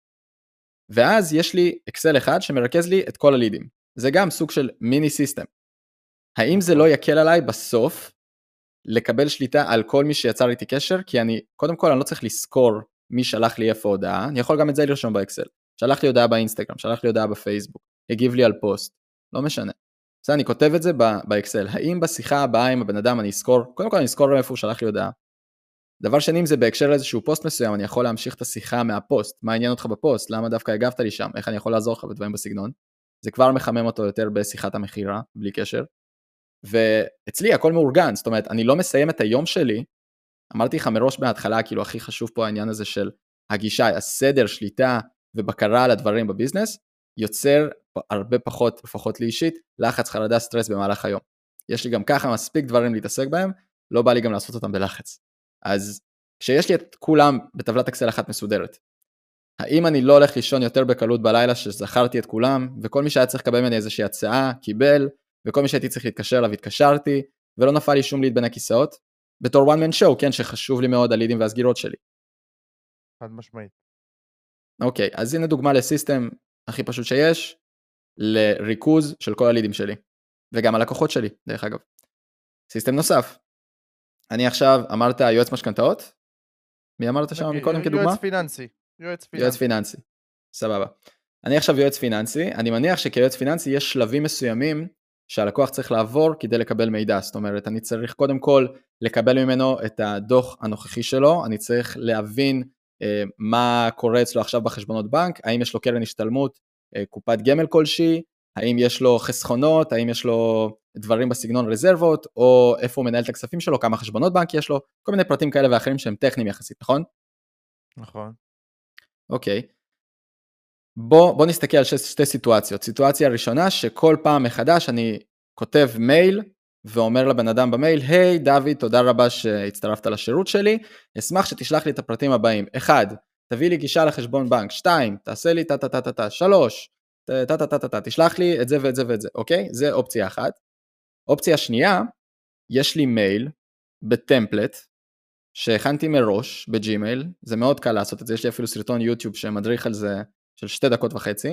ואז יש לי אקסל אחד שמרכז לי את כל הלידים. זה גם סוג של מיני סיסטם. האם זה לא יקל עליי בסוף לקבל שליטה על כל מי שיצר איתי קשר? כי קודם כל אני לא צריך לזכור מי שלח לי איפה הודעה, אני יכול גם את זה לרשום באקסל. שלח לי הודעה באינסטגרם, שלח לי הודעה בפייסבוק, הגיב לי על פוסט, לא משנה. אז אני כותב את זה באקסל. האם בשיחה הבאה עם הבן אדם אני אזכור, קודם כל אני אזכור איפה הוא שלח לי הודעה. דבר שני, אם זה בהקשר לאיזשהו פוסט מסוים, אני יכול להמשיך את השיחה מהפוסט. מה עניין אותך בפוסט? למה דווקא הגבת לי שם? איך אני יכול לעזור לך בדברים בסגנון? זה כבר מחמם אותו יותר בשיחת המחירה, בלי קשר. ואצלי הכל מאורגן, זאת אומרת, אני לא מסיים את היום שלי, אמרתי לך מראש בהתחלה, כאילו הכי חשוב פה העניין הזה של הגישה, הסדר, שליטה ובקרה על הדברים בביזנס, יוצר הרבה פחות, לפחות לי אישית, לחץ, חרדה, סטרס במהלך היום. יש לי גם ככה מספיק דברים להתעסק בהם, לא בא לי גם לעשות אותם בלחץ. אז כשיש לי את כולם בטבלת אקסל אחת מסודרת, האם אני לא הולך לישון יותר בקלות בלילה שזכרתי את כולם, וכל מי שהיה צריך לקבל ממני איזושהי הצעה, קיבל, וכל מי שהייתי צריך להתקשר אליו, התקשרתי, ולא נפל לי שום ליד בין הכיסאות, בתור one man show, כן, שחשוב לי מאוד הלידים והסגירות שלי. חד משמעית. אוקיי, אז הנה דוגמה לסיסטם הכי פשוט שיש, לריכוז של כל הלידים שלי, וגם הלקוחות שלי, דרך אגב. סיסטם נוסף, אני עכשיו אמרת יועץ משכנתאות, מי אמרת שם מקודם כדוגמה? יועץ פיננסי. יועץ פיננסי, סבבה. אני עכשיו יועץ פיננסי, אני מניח שכיועץ פיננסי יש שלבים מסוימים שהלקוח צריך לעבור כדי לקבל מידע, זאת אומרת, אני צריך קודם כל לקבל ממנו את הדוח הנוכחי שלו, אני צריך להבין מה קורה אצלו עכשיו בחשבונות בנק, האם יש לו קרן השתלמות, קופת גמל כלשהי, האם יש לו חסכונות, האם יש לו דברים בסגנון רזרבות, או איפה הוא מנהל את הכספים שלו, כמה חשבונות בנק יש לו, כל מיני פרטים כאלה ואחרים שהם טכניים יחסית, נכון? נכון. אוקיי. בוא נסתכל על שתי סיטואציות. סיטואציה הראשונה שכל פעם מחדש אני כותב מייל ואומר לבן אדם במייל, היי דוד, תודה רבה שהצטרפת לשירות שלי, אשמח שתשלח לי את הפרטים הבאים. 1, תביא לי גישה לחשבון בנק. 2, תעשה לי טה. 3, טה, תשלח לי את זה ואת זה ואת זה, אוקיי? זה אופציה אחת. אופציה שנייה, יש לי מייל בטמפלט שהכנתי מראש בג'ימייל, זה מאוד קל לעשות את זה, יש לי אפילו סרטון יוטיוב שמדריך על זה של 2.5 דקות,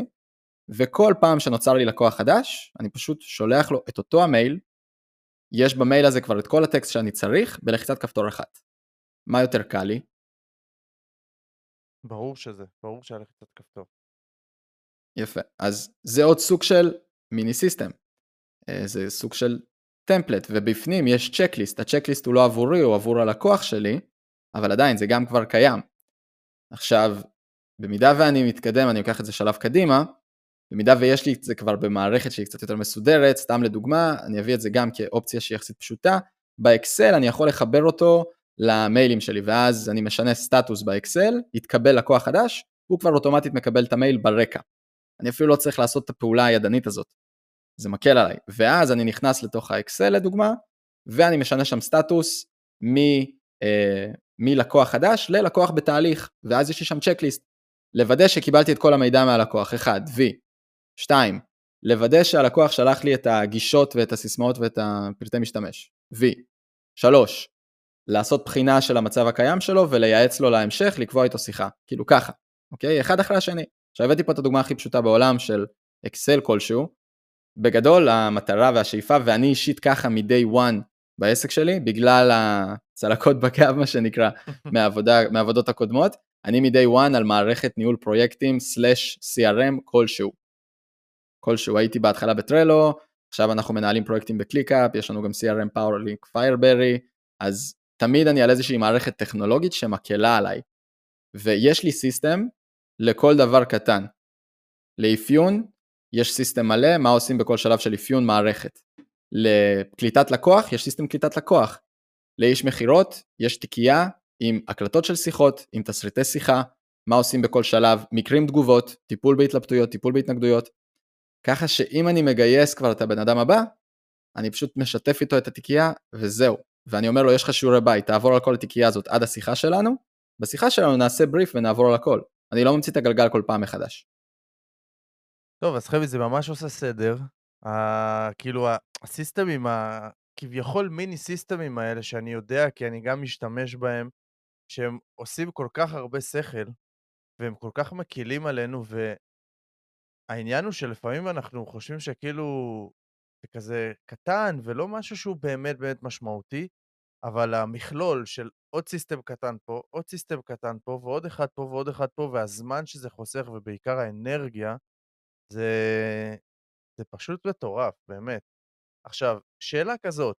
וכל פעם שנוצר לי לקוח חדש, אני פשוט שולח לו את אותו המייל, יש במייל הזה כבר את כל הטקסט שאני צריך, בלחיצת כפתור אחת. מה יותר קל לי? ברור שהיה לחיצת כפתור. יפה, אז זה עוד סוג של מיני סיסטם, זה סוג של טמפלט, ובפנים יש צ'קליסט, הצ'קליסט הוא לא עבורי, הוא עבור הלקוח שלי, אבל עדיין זה גם כבר קיים. עכשיו, במידה ואני מתקדם, אני אקח את זה שלב קדימה, במידה ויש לי את זה כבר במערכת שהיא קצת יותר מסודרת, סתם לדוגמה, אני אביא את זה גם כאופציה שהיא יחסית פשוטה, באקסל אני יכול לחבר אותו למיילים שלי, ואז אני משנה סטטוס באקסל, יתקבל לקוח חדש, הוא כבר אוטומטית מקבל את המייל ברקע. אני אפילו לא צריך לעשות את הפעולה הידנית הזאת, זה מקל עליי, ואז אני נכנס לתוך האקסל לדוגמה, ואני משנה שם סטטוס מלקוח חדש ללקוח בתהליך, ואז יש לי שם צ'קליסט, לוודא שקיבלתי את כל המידע מהלקוח, 1, וי, 2, לוודא שהלקוח שלח לי את הגישות ואת הסיסמאות ואת הפרטי משתמש, וי, 3, לעשות בחינה של המצב הקיים שלו ולייעץ לו להמשך, לקבוע איתו שיחה, כאילו ככה, אוקיי? אחד אחרי השני. עכשיו הבאתי פה את הדוגמה הכי פשוטה בעולם של אקסל כלשהו, בגדול המטרה והשאיפה, ואני אישית ככה מ-day one בעסק שלי, בגלל הצלקות בגב מה שנקרא, מהעבודות הקודמות, אני מ-day one על מערכת ניהול פרויקטים /CRM כלשהו, הייתי בהתחלה בטרלו, עכשיו אנחנו מנהלים פרויקטים בקליקאפ, יש לנו גם CRM PowerLink Fireberry, אז תמיד אני על איזושהי מערכת טכנולוגית שמקלה עליי, ויש לי סיסטם לכל דבר קטן, לאפיון, יש סיסטם מלא, מה עושים בכל שלב של אפיון מערכת, לקליטת לקוח, יש סיסטם קליטת לקוח, לאיש מחירות, יש תיקייה עם הקלטות של שיחות, עם תסריטי שיחה, מה עושים בכל שלב, מקרים תגובות, טיפול בהתלבטויות, טיפול בהתנגדויות, ככה שאם אני מגייס כבר את הבן אדם הבא, אני פשוט משתף איתו את התיקייה וזהו, ואני אומר לו יש לך שיעורי בית, תעבור על כל התיקייה הזאת עד השיחה שלנו, בשיחה שלנו נעשה בריף ונעבור על הכל, אני לא ממציא את הגלגל כל פעם מחדש. טוב, אז חבר'ה, זה ממש עושה סדר. כאילו, הסיסטמים, כביכול מיני סיסטמים האלה, שאני יודע, כי אני גם משתמש בהם, שהם עושים כל כך הרבה שכל, והם כל כך מקילים עלינו, והעניין הוא שלפעמים אנחנו חושבים שכאילו זה כזה קטן, ולא משהו שהוא באמת באמת משמעותי, אבל המכלול של עוד סיסטם קטן פה, עוד סיסטם קטן פה, ועוד אחד פה ועוד אחד פה, והזמן שזה חוסך, ובעיקר האנרגיה, זה זה פשוט מטורף, באמת. עכשיו, שאלה כזאת,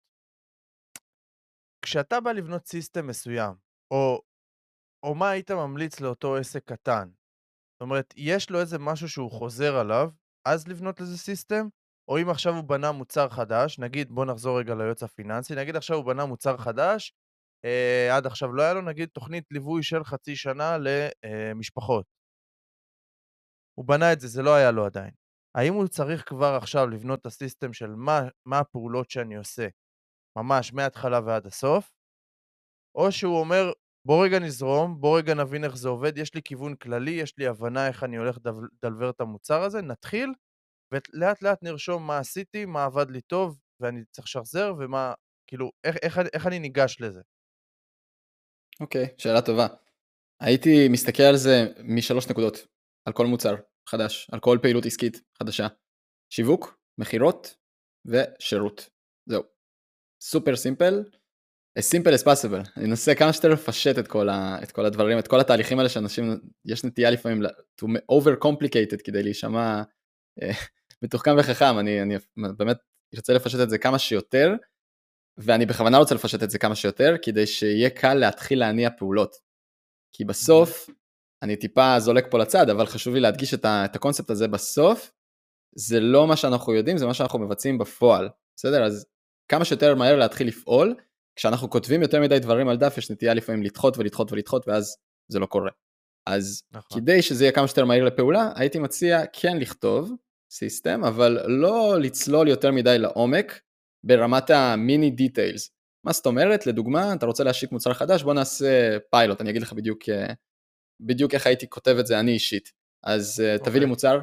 כשאתה בא לבנות סיסטם מסוים, או מה היית ממליץ לאותו עסק קטן? זאת אומרת, יש לו איזה משהו שהוא חוזר עליו, אז לבנות לזה סיסטם, או אם עכשיו הוא בנה מוצר חדש, נגיד, בוא נחזור רגע ליועץ הפיננסי, נגיד עכשיו הוא בנה מוצר חדש, עד עכשיו לא היה לו, נגיד, תוכנית ליווי של חצי שנה למשפחות. הוא בנה את זה, זה לא היה לו עדיין. האם הוא צריך כבר עכשיו לבנות את הסיסטם של מה הפעולות שאני עושה, ממש מההתחלה ועד הסוף, או שהוא אומר, בוא רגע נזרום, בוא רגע נבין איך זה עובד, יש לי כיוון כללי, יש לי הבנה איך אני הולך לדלבר את המוצר הזה, נתחיל, ולאט לאט נרשום מה עשיתי, מה עבד לי טוב, ואני צריך לשחזר, ומה, כאילו, איך אני ניגש לזה. אוקיי, שאלה טובה. הייתי מסתכל על זה משלוש נקודות, על כל מוצר חדש, על כל פעילות עסקית חדשה. שיווק, מחירות ושירות. זהו. סופר סימפל, as simple as possible. אני אנסה כמה שיותר לפשט את כל הדברים, את כל התהליכים האלה שאנשים, יש נטייה לפעמים to over complicated כדי להישמע מתוחכם וחכם. אני באמת ארצה לפשט את זה כמה שיותר, ואני בכוונה רוצה לפשט את זה כמה שיותר, כדי שיהיה קל להתחיל להניע פעולות. כי בסוף, אני טיפה זולק פה לצד, אבל חשוב לי להדגיש את הקונספט הזה בסוף, זה לא מה שאנחנו יודעים, זה מה שאנחנו מבצעים בפועל. בסדר? אז כמה שיותר מהר להתחיל לפעול, כשאנחנו כותבים יותר מדי דברים על דף, יש נטייה לפעמים לדחות ולדחות ולדחות, ואז זה לא קורה. אז נכון. כדי שזה יהיה כמה שיותר מהיר לפעולה, הייתי מציע כן לכתוב סיסטם, אבל לא לצלול יותר מדי לעומק, ברמת המיני דיטיילס. מה זאת אומרת? לדוגמה, אתה רוצה להשיק מוצר חדש, בוא נעשה פיילוט, אני אגיד לך בדיוק איך הייתי כותב את זה אני אישית. אז תביא לי מוצר.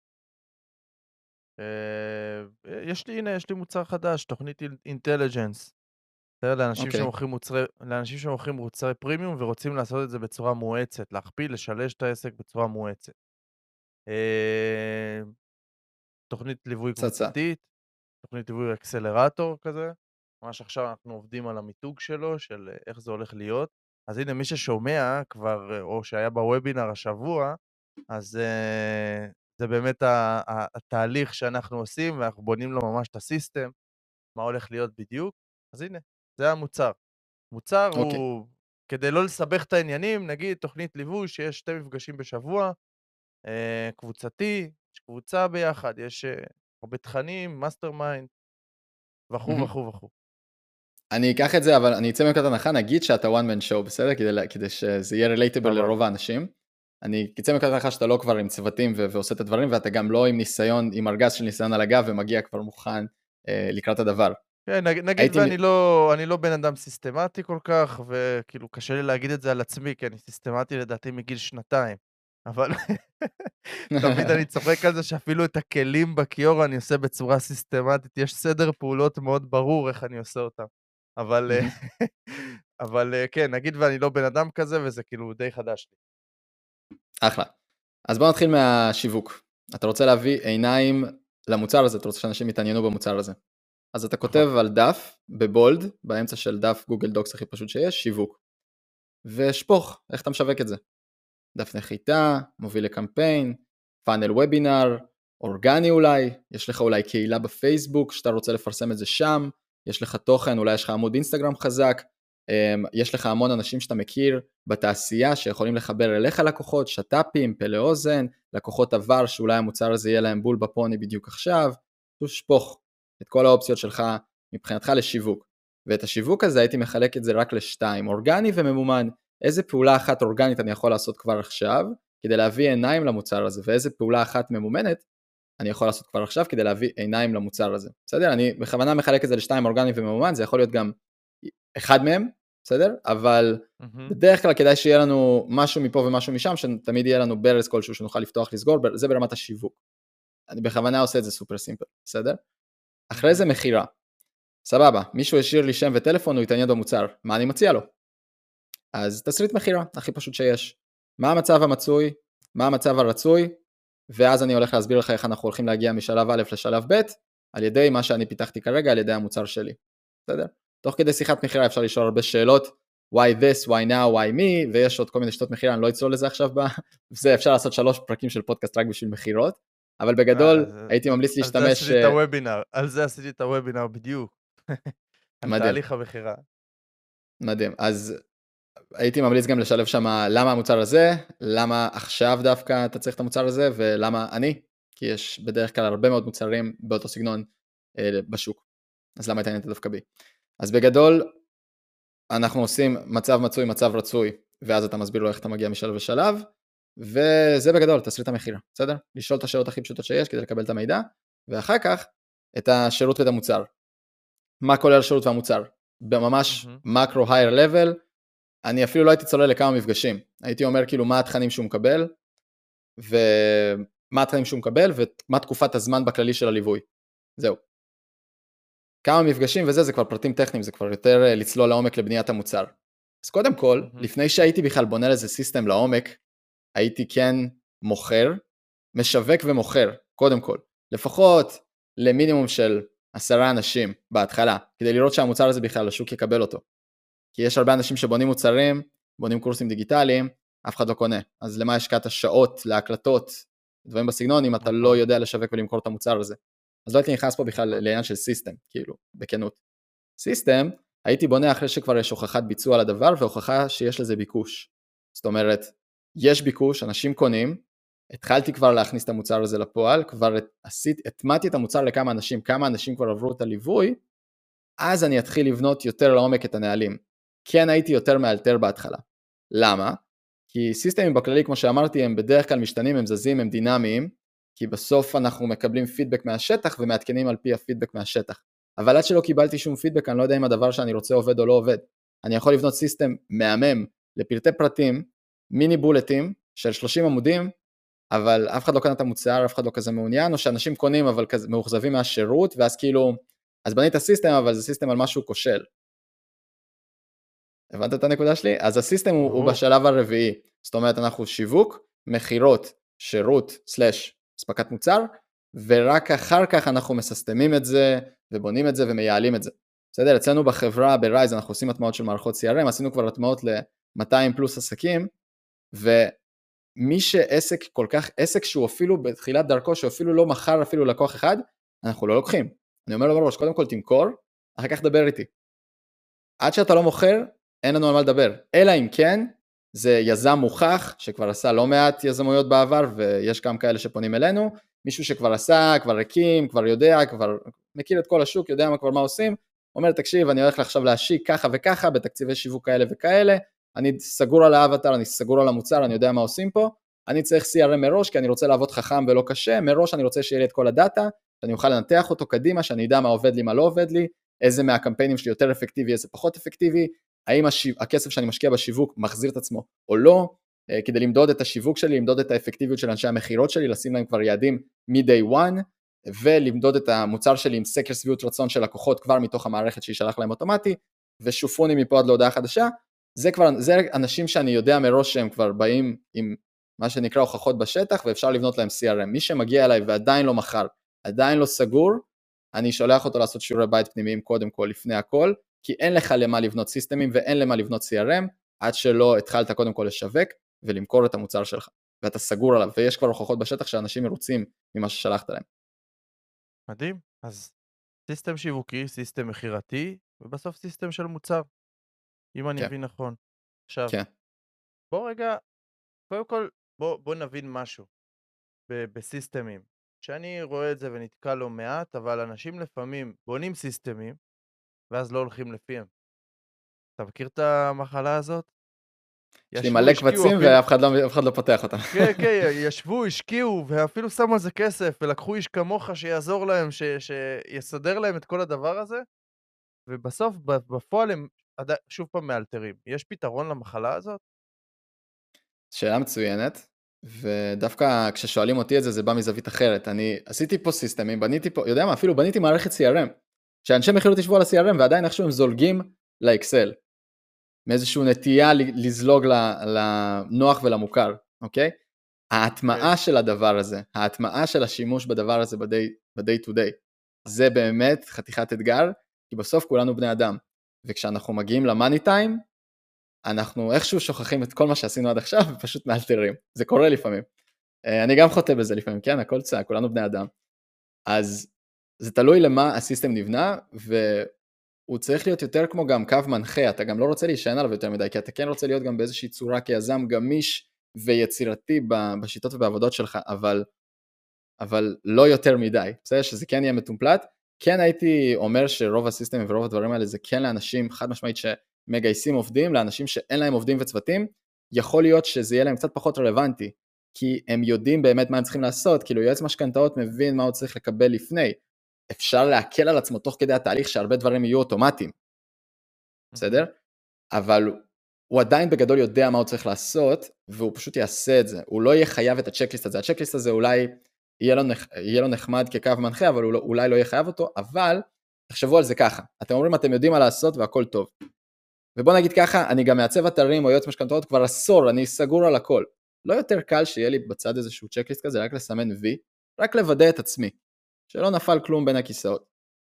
יש לי מוצר חדש, תוכנית אינטליג'נס. אוקיי, לאנשים שמוכרים מוצרי פרימיום ורוצים לעשות את זה בצורה מואצת, להכפיל, לשלש את העסק בצורה מואצת. אה, תוכנית ליווי צצה. קבוצתית, תוכנית ליווי אקסלרטור כזה, ממש עכשיו אנחנו עובדים על המיתוג שלו, של איך זה הולך להיות. אז הנה, מי ששומע כבר, או שהיה בוובינר השבוע, אז זה באמת התהליך שאנחנו עושים, ואנחנו בונים לו ממש את הסיסטם, מה הולך להיות בדיוק. אז הנה, זה המוצר. מוצר אוקיי. הוא, כדי לא לסבך את העניינים, נגיד תוכנית ליווי שיש 2 מפגשים בשבוע, קבוצתי, יש קבוצה ביחד, יש הרבה תכנים, מאסטר מיינד, וכו' מהמם. וכו' וכו'. אני אקח את זה, אבל אני אצא מנקודת הנחה, נגיד שאתה one man show, בסדר? כדי שזה יהיה relatable סבבה. לרוב האנשים. אני אצא מנקודת הנחה שאתה לא כבר עם צוותים ועושה את הדברים, ואתה גם לא עם ניסיון, עם ארגז של ניסיון על הגב, ומגיע כבר מוכן לקראת הדבר. כן, נגיד הייתי, אני לא בן אדם סיסטמטי כל כך, וכאילו קשה לי להגיד את זה על עצמי, כי אני סיסטמטי לדעתי מגיל 2, אבל תמיד אני צוחק על זה שאפילו את הכלים בכיור אני עושה בצורה סיסטמטית, יש סדר פעולות מאוד ברור איך אני עושה אותם. אבל מהמם. אבל כן, נגיד ואני לא בן אדם כזה, וזה כאילו די חדש לי. אחלה. אז בוא נתחיל מהשיווק. אתה רוצה להביא עיניים למוצר הזה, אתה רוצה שאנשים יתעניינו במוצר הזה. אז אתה נכון. כותב על דף, בבולד, באמצע של דף גוגל דוקס הכי פשוט שיש, שיווק. ושפוך, איך אתה משווק את זה? דף נחיתה, מוביל לקמפיין, פאנל וובינר, אורגני אולי, יש לך אולי קהילה בפייסבוק שאתה רוצה לפרסם את זה שם, יש לך תוכן, אולי יש לך עמוד אינסטגרם חזק, יש לך המון אנשים שאתה מכיר בתעשייה שיכולים לחבר אליך לקוחות, שטאפים, פלא אוזן, לקוחות עבר שאולי המוצר הזה יהיה להם בול בפוני בדיוק עכשיו, תשפוך את כל האופציות שלך מבחינתך לשיווק. ואת השיווק הזה הייתי מחלק את זה רק לשתיים, אורגני וממומן. איזה פעולה אחת אורגנית אני יכול לעשות כבר עכשיו, כדי להביא עיניים למוצר הזה, ואיזה פעולה אחת ממומנת אני יכול לעשות כבר עכשיו, כדי להביא עיניים למוצר הזה. בסדר? אני בכוונה מחלק את זה לשתיים, אורגני וממומן, זה יכול להיות גם אחד מהם, בסדר? אבל בדרך כלל כדאי שיהיה לנו משהו מפה ומשהו משם, שתמיד יהיה לנו ברז כלשהו שנוכל לפתוח, לסגור, זה ברמת השיווק. אני בכוונה עושה את זה סופר סימפל, בסדר? אחרי זה מחירה. סבבה, מישהו השאיר לי שם וטלפון, הוא יתעניין במוצר, מה אני מציע לו? אז תסריט מחירה, הכי פשוט שיש. מה המצב המצוי, מה המצב הרצוי, ואז אני הולך להסביר לך איך אנחנו הולכים להגיע משלב א' לשלב ב', על ידי מה שאני פיתחתי כרגע, על ידי המוצר שלי. בסדר? תוך כדי שיחת מחירה אפשר לשאול הרבה שאלות, why this, why now, why me, ויש עוד כל מיני שיטות מחירה, אני לא אצלול לזה עכשיו, וזה אפשר לעשות 3 פרקים של פודקאסט רק בשביל מחירות, אבל בגדול הייתי ממליץ להשתמש... על זה עשיתי את הוובינר בדיוק. על מדהים, תהליך המחירה. מדהים. אז הייתי ממליץ גם לשלב שם למה המוצר הזה, למה עכשיו דווקא אתה צריך את המוצר הזה, ולמה אני, כי יש בדרך כלל הרבה מאוד מוצרים באותו סגנון בשוק, אז למה התעניינת דווקא בי? אז בגדול, אנחנו עושים מצב מצוי, מצב רצוי, ואז אתה מסביר לו איך אתה מגיע משלב לשלב, וזה בגדול, תסריט המחיר, בסדר? לשאול את השאלות הכי פשוטות שיש כדי לקבל את המידע, ואחר כך את השירות ואת המוצר. מה כולל השירות והמוצר? בממש מקרו, higher level, אני אפילו לא הייתי צולל לכמה מפגשים. הייתי אומר כאילו מה התכנים שהוא מקבל, ומה התכנים שהוא מקבל, ומה תקופת הזמן בכללי של הליווי. זהו. כמה מפגשים וזה, זה כבר פרטים טכניים, זה כבר יותר לצלול לעומק לבניית המוצר. אז קודם כל, לפני שהייתי בכלל בונה לזה סיסטם לעומק, הייתי כן מוכר, משווק ומוכר, קודם כל. לפחות למינימום של 10 אנשים בהתחלה, כדי לראות שהמוצר הזה בכלל השוק יקבל אותו. כי יש הרבה אנשים שבונים מוצרים, בונים קורסים דיגיטליים, אף אחד לא קונה. אז למה השקעת שעות להקלטות, דברים בסגנון, אם אתה לא יודע לשווק ולמכור את המוצר הזה. אז לא הייתי נכנס פה בכלל לעניין של סיסטם, כאילו, בכנות. סיסטם, הייתי בונה אחרי שכבר יש הוכחת ביצוע לדבר, והוכחה שיש לזה ביקוש. זאת אומרת, יש ביקוש, אנשים קונים, התחלתי כבר להכניס את המוצר הזה לפועל, כבר התמדתי את המוצר לכמה אנשים, כמה אנשים כבר עברו את הליווי, אז אני אתחיל לבנות יותר לעומק את הנהלים. כן הייתי יותר מאלתר בהתחלה. למה? כי סיסטמים בכללי, כמו שאמרתי, הם בדרך כלל משתנים, הם זזים, הם דינמיים, כי בסוף אנחנו מקבלים פידבק מהשטח ומעדכנים על פי הפידבק מהשטח. אבל עד שלא קיבלתי שום פידבק, אני לא יודע אם הדבר שאני רוצה עובד או לא עובד. אני יכול לבנות סיסטם מהמם לפרטי פרטים, מיני בולטים של 30 עמודים, אבל אף אחד לא קנה את המוצר, אף אחד לא כזה מעוניין, או שאנשים קונים אבל כזה מאוכזבים מהשירות, ואז כאילו, אז בנית הסיסטם, אבל זה סיסטם על משהו כושל. הבנת את הנקודה שלי? אז הסיסטם הוא בשלב הרביעי, זאת אומרת אנחנו שיווק, מחירות, שירות, ספקת מוצר, ורק אחר כך אנחנו מססטמים את זה, ובונים את זה ומייעלים את זה. בסדר, אצלנו בחברה, ברייז, אנחנו עושים הטמעות של מערכות CRM, עשינו כבר הטמעות ל-200 פלוס עסקים, ומי שעסק כל כך, עסק שהוא אפילו בתחילת דרכו, שאפילו לא מכר אפילו לקוח אחד, אנחנו לא לוקחים. אני אומר לו בראש, קודם כל תמכור, אחר כך דבר איתי. עד שאתה לא מוכר, אין לנו על מה לדבר. אלא אם כן, זה יזם מוכח, שכבר עשה לא מעט יזמויות בעבר, ויש גם כאלה שפונים אלינו, מישהו שכבר עשה, כבר הקים, כבר יודע, כבר מכיר את כל השוק, יודע מה עושים, אומר, תקשיב, אני הולך עכשיו להשיק ככה וככה, בתקציבי שיווק כאלה וכאלה, אני סגור על האבטר, אני סגור על המוצר, אני יודע מה עושים פה, אני צריך CRM מראש, כי אני רוצה לעבוד חכם ולא קשה, מראש אני רוצה שיהיה לי את כל הדאטה, שאני אוכל לנתח אותו קדימה, שאני אדע מה עובד לי, מה לא עובד לי, איזה מהקמפיינים שלי יותר אפקטיבי, איזה פחות אפקטיבי, האם הכסף שאני משקיע בשיווק מחזיר את עצמו או לא, כדי למדוד את השיווק שלי, למדוד את האפקטיביות של אנשי המחירות שלי, לשים להם כבר יעדים מ-day one, ולמדוד את המוצר שלי עם סקר שביעות רצון של לקוחות כבר מתוך המערכת שישלח להם אוטומטי, ושופוני מפה עד להודעה חדשה, זה אנשים שאני יודע מראש שהם כבר באים עם מה שנקרא הוכחות בשטח, ואפשר לבנות להם CRM. מי שמגיע אליי ועדיין לא מכר, עדיין לא סגור, אני שולח אותו לעשות שיעורי בית פנימיים קודם כל, לפני הכל, כי אין לך למה לבנות סיסטמים ואין למה לבנות CRM, עד שלא התחלת קודם כל לשווק ולמכור את המוצר שלך, ואתה סגור עליו, ויש כבר הוכחות בשטח שאנשים מרוצים ממה ששלחת להם. מדהים, אז סיסטם שיווקי, סיסטם מחירתי, ובסוף סיסטם של מוצר, אם אני מבין נכון. עכשיו, בוא רגע, קודם כל, בוא נבין משהו בסיסטמים, שאני רואה את זה ונתקע לא מעט, אבל אנשים לפעמים בונים סיסטמים, ואז לא הולכים לפיהם. אתה מכיר את המחלה הזאת? יש לי מלא קבצים ואף אחד לא פותח אותם. כן, כן, ישבו, השקיעו, ואפילו שמו על זה כסף, ולקחו איש כמוך שיעזור להם, שיסדר להם את כל הדבר הזה, ובסוף, בפועל הם שוב פעם מאלתרים. יש פתרון למחלה הזאת? שאלה מצוינת, ודווקא כששואלים אותי את זה, זה בא מזווית אחרת. אני עשיתי פה סיסטמים, בניתי פה, יודע מה, אפילו בניתי מערכת CRM, שאנשי מחירות ישבו על ה-CRM, ועדיין איכשהו הם זולגים לאקסל, מאיזשהו נטייה לזלוג לנוח ולמוכר, אוקיי? ההטמעה של הדבר הזה, ההטמעה של השימוש בדבר הזה ב-day to day, זה באמת חתיכת אתגר, כי בסוף כולנו בני אדם, וכשאנחנו מגיעים למאני טיים, אנחנו איכשהו שוכחים את כל מה שעשינו עד עכשיו, ופשוט מאלתרים, זה קורה לפעמים. אני גם חוטא בזה לפעמים, כן, הכל צע, כולנו בני אדם. אז זה תלוי למה הסיסטם נבנה, והוא צריך להיות יותר כמו גם קו מנחה, אתה גם לא רוצה להישען עליו יותר מדי, כי אתה כן רוצה להיות גם באיזושהי צורה כיזם גמיש ויצירתי בשיטות ובעבודות שלך, אבל אבל לא יותר מדי, בסדר? שזה כן יהיה מטומפלט. כן הייתי אומר שרוב הסיסטמים ורוב הדברים האלה זה כן לאנשים חד משמעית שמגייסים עובדים, לאנשים שאין להם עובדים וצוותים, יכול להיות שזה יהיה להם קצת פחות רלוונטי, כי הם יודעים באמת מה הם צריכים לעשות, כאילו יועץ משכנתאות מבין מה הוא צריך לקבל לפני, אפשר להקל על עצמו תוך כדי התהליך שהרבה דברים יהיו אוטומטיים, בסדר? אבל הוא עדיין בגדול יודע מה הוא צריך לעשות, והוא פשוט יעשה את זה, הוא לא יהיה חייב את הצ'קליסט הזה, הצ'קליסט הזה אולי יהיה לו נחמד כקו מנחה, אבל הוא אולי לא יהיה חייב אותו, אבל תחשבו על זה ככה, אתם אומרים אתם יודעים מה לעשות והכל טוב, ובוא נגיד ככה, אני גם מעצב אתרים או יועץ משכנתאות כבר עשור, אני סגור על הכל, לא יותר קל שיהיה לי בצד איזשהו צ'קליסט כזה, רק לסמן וי, רק לוודא את עצמי, שלא נפל כלום בין הכיסאות.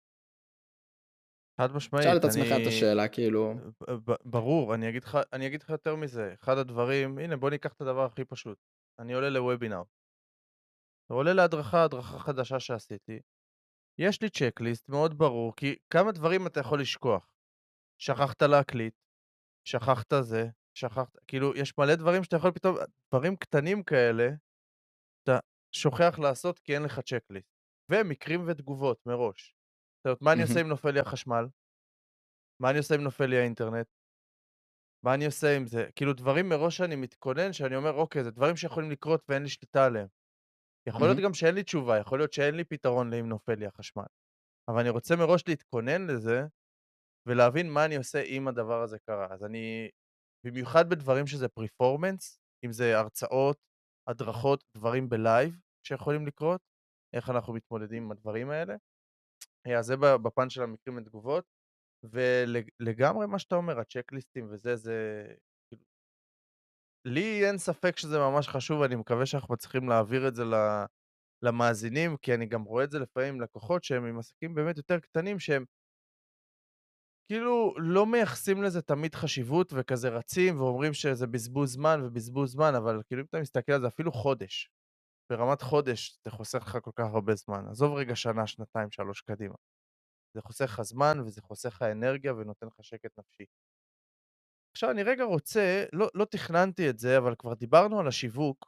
חד שאל את משמעית, עצמך את השאלה, כאילו, ברור, אני אגיד לך יותר מזה, אחד הדברים, הנה בוא ניקח את הדבר הכי פשוט, אני עולה לוובינר, עולה הדרכה חדשה שעשיתי, יש לי צ'קליסט מאוד ברור, כי כמה דברים אתה יכול לשכוח, שכחת להקליט, שכחת זה, כאילו יש מלא דברים שאתה יכול פתאום, דברים קטנים כאלה, אתה שוכח לעשות כי אין לך צ'קליסט, ומקרים ותגובות מראש, זאת אומרת, מה אני עושה אם נופל לי החשמל? מה אני עושה אם נופל לי האינטרנט? מה אני עושה עם זה? כאילו דברים מראש שאני מתכונן, שאני אומר, אוקיי, זה דברים שיכולים לקרות ואין לי שליטה עליהם. יכול להיות גם שאין לי תשובה, יכול להיות שאין לי פתרון לאם נופל לי החשמל. אבל אני רוצה מראש להתכונן לזה, ולהבין מה אני עושה אם הדבר הזה קרה. אז אני, במיוחד בדברים שזה פרפורמנס, אם זה הרצאות, הדרכות, דברים בלייב שיכולים לקרות, איך אנחנו מתמודדים עם הדברים האלה. אז זה בפן של המקרים ותגובות, ולגמרי מה שאתה אומר, הצ'קליסטים וזה, זה כאילו, לי אין ספק שזה ממש חשוב, אני מקווה שאנחנו מצליחים להעביר את זה למאזינים, כי אני גם רואה את זה לפעמים עם לקוחות שהם עם עסקים באמת יותר קטנים, שהם כאילו לא מייחסים לזה תמיד חשיבות, וכזה רצים ואומרים שזה בזבוז זמן ובזבוז זמן, אבל כאילו אם אתה מסתכל על זה אפילו חודש, ברמת חודש זה חוסך לך כל כך הרבה זמן. עזוב רגע שנה, שנתיים, 3 קדימה. זה חוסך לך זמן וזה חוסך לך אנרגיה ונותן לך שקט נפשי. עכשיו אני רגע רוצה, לא תכננתי את זה, אבל כבר דיברנו על השיווק,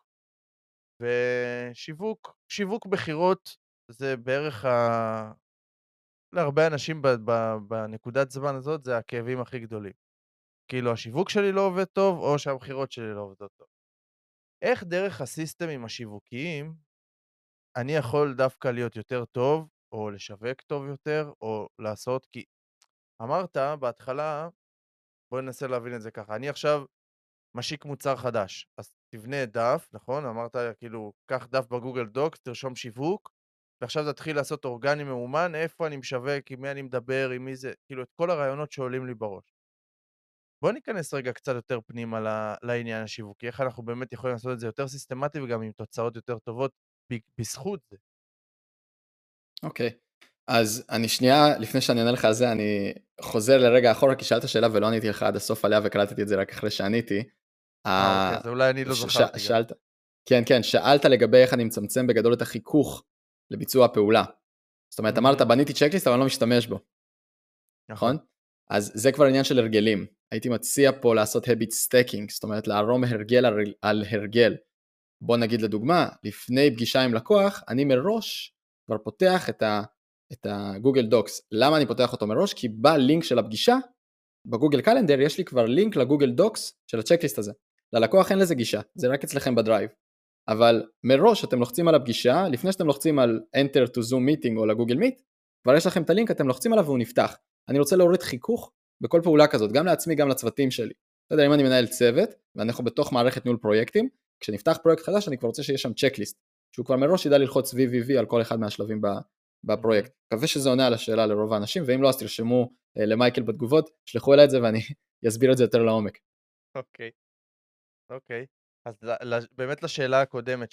שיווק בחירות זה בערך להרבה אנשים בנקודת זמן הזאת זה הכאבים הכי גדולים. כאילו השיווק שלי לא עובד טוב, או שהבחירות שלי לא עובדות טוב. איך דרך הסיסטמים השיווקיים אני יכול דווקא להיות יותר טוב, או לשווק טוב יותר, או לעשות, כי אמרת בהתחלה, בוא ננסה להבין את זה ככה, אני עכשיו משיק מוצר חדש, אז תבנה דף, נכון? אמרת כאילו, קח דף בגוגל דוקס, תרשום שיווק, ועכשיו תתחיל לעשות אורגני מאומן, איפה אני משווק, עם מי אני מדבר, עם מי זה, כאילו את כל הרעיונות שעולים לי בראש. בוא ניכנס רגע קצת יותר פנימה לעניין השיווקי, איך אנחנו באמת יכולים לעשות את זה יותר סיסטמטי וגם עם תוצאות יותר טובות בזכות זה. אוקיי, אז אני שנייה, לפני שאני אענה לך על זה, אני חוזר לרגע אחורה, כי שאלת שאלה ולא עניתי לך עד הסוף עליה, וקלטתי את זה רק אחרי שעניתי. אוקיי, אז אולי אני לא זכרתי גם. שאלת, כן, כן, שאלת לגבי איך אני מצמצם בגדול את החיכוך לביצוע הפעולה. זאת אומרת, אמרת, בניתי צ'קליסט, אבל אני לא משתמש בו, נכון? אז זה כבר עניין של הרגלים. הייתי מציע פה לעשות habit stacking, זאת אומרת, לערום הרגל על הרגל. בוא נגיד לדוגמה, לפני פגישה עם לקוח, אני מראש כבר פותח את הגוגל דוקס. למה אני פותח אותו מראש? כי בלינק של הפגישה, בגוגל קלנדר, יש לי כבר לינק לגוגל דוקס של הצ'קליסט הזה. ללקוח אין לזה גישה, זה רק אצלכם בדרייב. אבל מראש אתם לוחצים על הפגישה, לפני שאתם לוחצים על Enter to Zoom Meeting או לגוגל מיט, כבר יש לכם את הלינק, אתם לוחצים עליו והוא נפתח. אני רוצה להוריד חיכוך בכל פעולה כזאת, גם לעצמי, גם לצוותים שלי. אתה יודע, אם אני מנהל צוות, ואנחנו בתוך מערכת ניהול פרויקטים, כשנפתח פרויקט חדש, אני כבר רוצה שיש שם צ'קליסט, שהוא כבר מראש ידע ללחוץ VVV על כל אחד מהשלבים בפרויקט. מקווה שזה עונה על השאלה לרוב האנשים, ואם לא, אז תרשמו למייקל בתגובות, שלחו אליי את זה ואני אסביר את זה יותר לעומק. אוקיי, אוקיי. אז באמת לשאלה הקודמת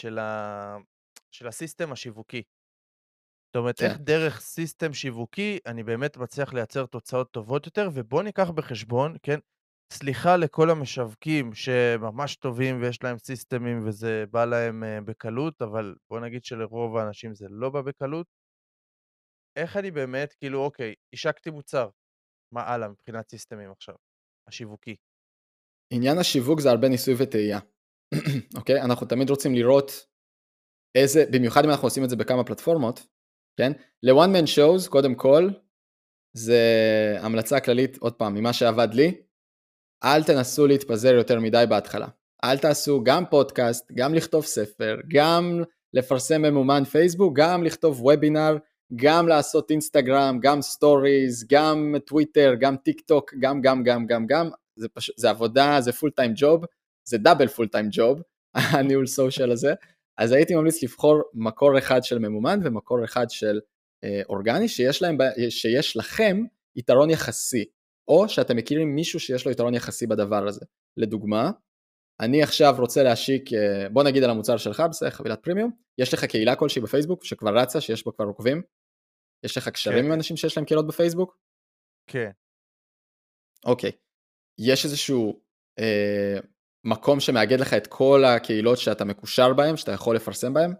של הסיסטם השיווקי. זאת אומרת, כן. איך דרך סיסטם שיווקי אני באמת מצליח לייצר תוצאות טובות יותר, ובוא ניקח בחשבון, כן, סליחה לכל המשווקים שממש טובים ויש להם סיסטמים וזה בא להם בקלות, אבל בוא נגיד שלרוב האנשים זה לא בא בקלות. איך אני באמת, כאילו, אוקיי, השקתי מוצר, מה הלאה מבחינת סיסטמים עכשיו, השיווקי? עניין השיווק זה הרבה ניסוי וטעייה. אוקיי? אנחנו תמיד רוצים לראות במיוחד אם אנחנו עושים את זה בכמה פלטפורמות, כן? ל-one man shows, קודם כל, זה המלצה כללית, עוד פעם, ממה שעבד לי, אל תנסו להתפזר יותר מדי בהתחלה. אל תעשו גם פודקאסט, גם לכתוב ספר, גם לפרסם ממומן פייסבוק, גם לכתוב וובינר, גם לעשות אינסטגרם, גם סטוריז, גם טוויטר, גם טיק טוק, גם. זה עבודה, זה פול טיים ג'וב, זה דאבל פול טיים ג'וב, הניהול סושיאל הזה. אז הייתי ממליץ לבחור מקור אחד של ממומן ומקור אחד של אורגני, שיש לכם יתרון יחסי, או שאתם מכירים מישהו שיש לו יתרון יחסי בדבר הזה. לדוגמה, אני עכשיו רוצה להשיק, בוא נגיד על המוצר שלך, בסדר, חבילת פרימיום, יש לך קהילה כלשהי בפייסבוק שכבר רצה, שיש בה כבר עוקבים? יש לך קשרים עם אנשים שיש להם קהילות בפייסבוק? כן. אוקיי. יש איזשהו מקום שמאגד לך את כל הקהילות שאתה מקושר בהם, שאתה יכול לפרסם בהם?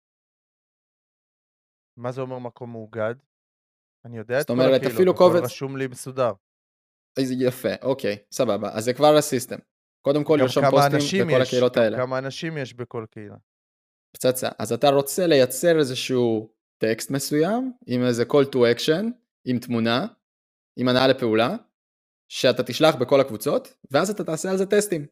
מה זה אומר מקום מאוגד? אני יודע את זאת כל אומרת, הקהילות, אפילו הכל קובץ... רשום לי מסודר. איזה יפה, אוקיי, סבבה. אז זה כבר הסיסטם. קודם כל גם לרשום כמה פוסטים אנשים בכל יש, הקהילות גם האלה. כמה אנשים יש בכל קהילה. פצצה. אז אתה רוצה לייצר איזשהו טקסט מסוים, עם איזה call to action, עם תמונה, עם הנעה לפעולה, שאתה תשלח בכל הקבוצות, ואז אתה תעשה על זה טסטים.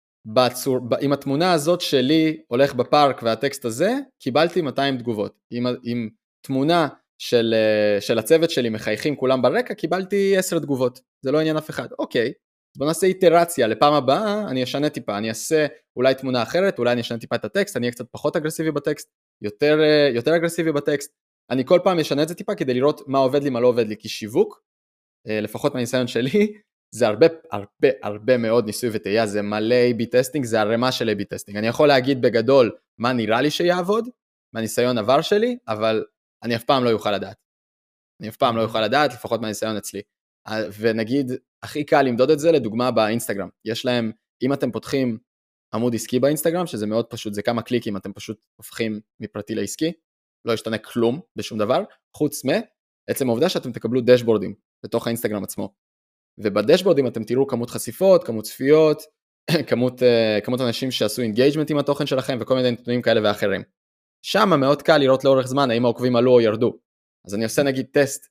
עם התמונה הזאת שלי הולך בפארק והטקסט הזה, קיבלתי 200 תגובות. עם תמונה של הצוות שלי מחייכים כולם ברקע, קיבלתי 10 תגובות. זה לא עניין אף אחד. אוקיי, בוא נעשה איטרציה. לפעם הבאה אני אשנה טיפה, אני אעשה אולי תמונה אחרת, אולי אני אשנה טיפה את הטקסט, אני אהיה קצת פחות אגרסיבי בטקסט, יותר אגרסיבי בטקסט. אני כל פעם אשנה את זה טיפה כדי לראות מה עובד לי, מה לא עובד לי, כי שיווק, לפחות מהניסיון שלי, זה הרבה מאוד ניסוי וטעייה, זה מלא A-B טסטינג, זה הרמה של A-B טסטינג. אני יכול להגיד בגדול מה נראה לי שיעבוד, מהניסיון עבר שלי, אבל אני אף פעם לא יוכל לדעת. אני אף פעם לא יוכל לדעת, לפחות מהניסיון אצלי. ונגיד, הכי קל למדוד את זה, לדוגמה באינסטגרם. יש להם, אם אתם פותחים עמוד עסקי באינסטגרם, שזה מאוד פשוט, זה כמה קליקים, אתם פשוט הופכים מפרטי לעסקי, לא ישתנה כלום בשום דבר, חוץ מעצם העובדה שאתם תקבלו דשבורדים בתוך האינסטגרם עצמו. ובדשבורדים אתם תראו כמות חשיפות, כמות צפיות, כמות אנשים שעשו אינגייג'מנט עם התוכן שלכם, וכל מיני נתונים כאלה ואחרים. שם מאוד קל לראות לאורך זמן, האם העוקבים עלו או ירדו. אז אני עושה נגיד טסט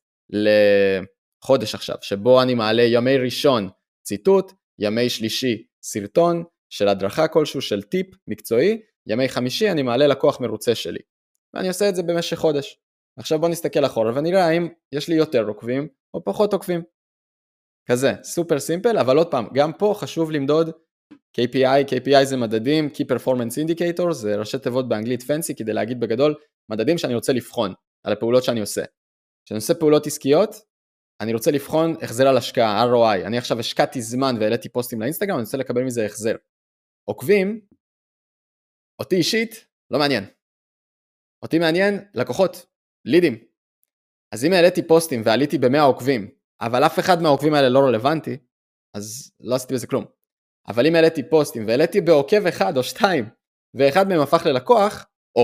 לחודש עכשיו, שבו אני מעלה ימי ראשון ציטוט, ימי שלישי סרטון, של הדרכה כלשהו, של טיפ מקצועי, ימי חמישי אני מעלה לקוח מרוצה שלי. ואני עושה את זה במשך חודש. עכשיו בוא נסתכל אחורה ונראה האם יש לי יותר עוקבים או פחות עוקבים. כזה, סופר סימפל, אבל עוד פעם, גם פה חשוב למדוד KPI זה מדדים, Key Performance Indicators, זה ראשי תיבות באנגלית פנסי, כדי להגיד בגדול, מדדים שאני רוצה לבחון על הפעולות שאני עושה. כשאני עושה פעולות עסקיות, אני רוצה לבחון החזר על השקעה, ROI. אני עכשיו השקעתי זמן והעליתי פוסטים לאינסטגרם, אני רוצה לקבל מזה החזר. עוקבים, אותי אישית, לא מעניין. אותי מעניין לקוחות, לידים. אז אם העליתי פוסטים ועליתי ב100 עוקבים, אבל אף אחד מהעוקבים האלה לא רלוונטי, אז לא עשיתי בזה כלום. אבל אם העליתי פוסטים והעליתי בעוקב אחד או שתיים, ואחד מהם הפך ללקוח,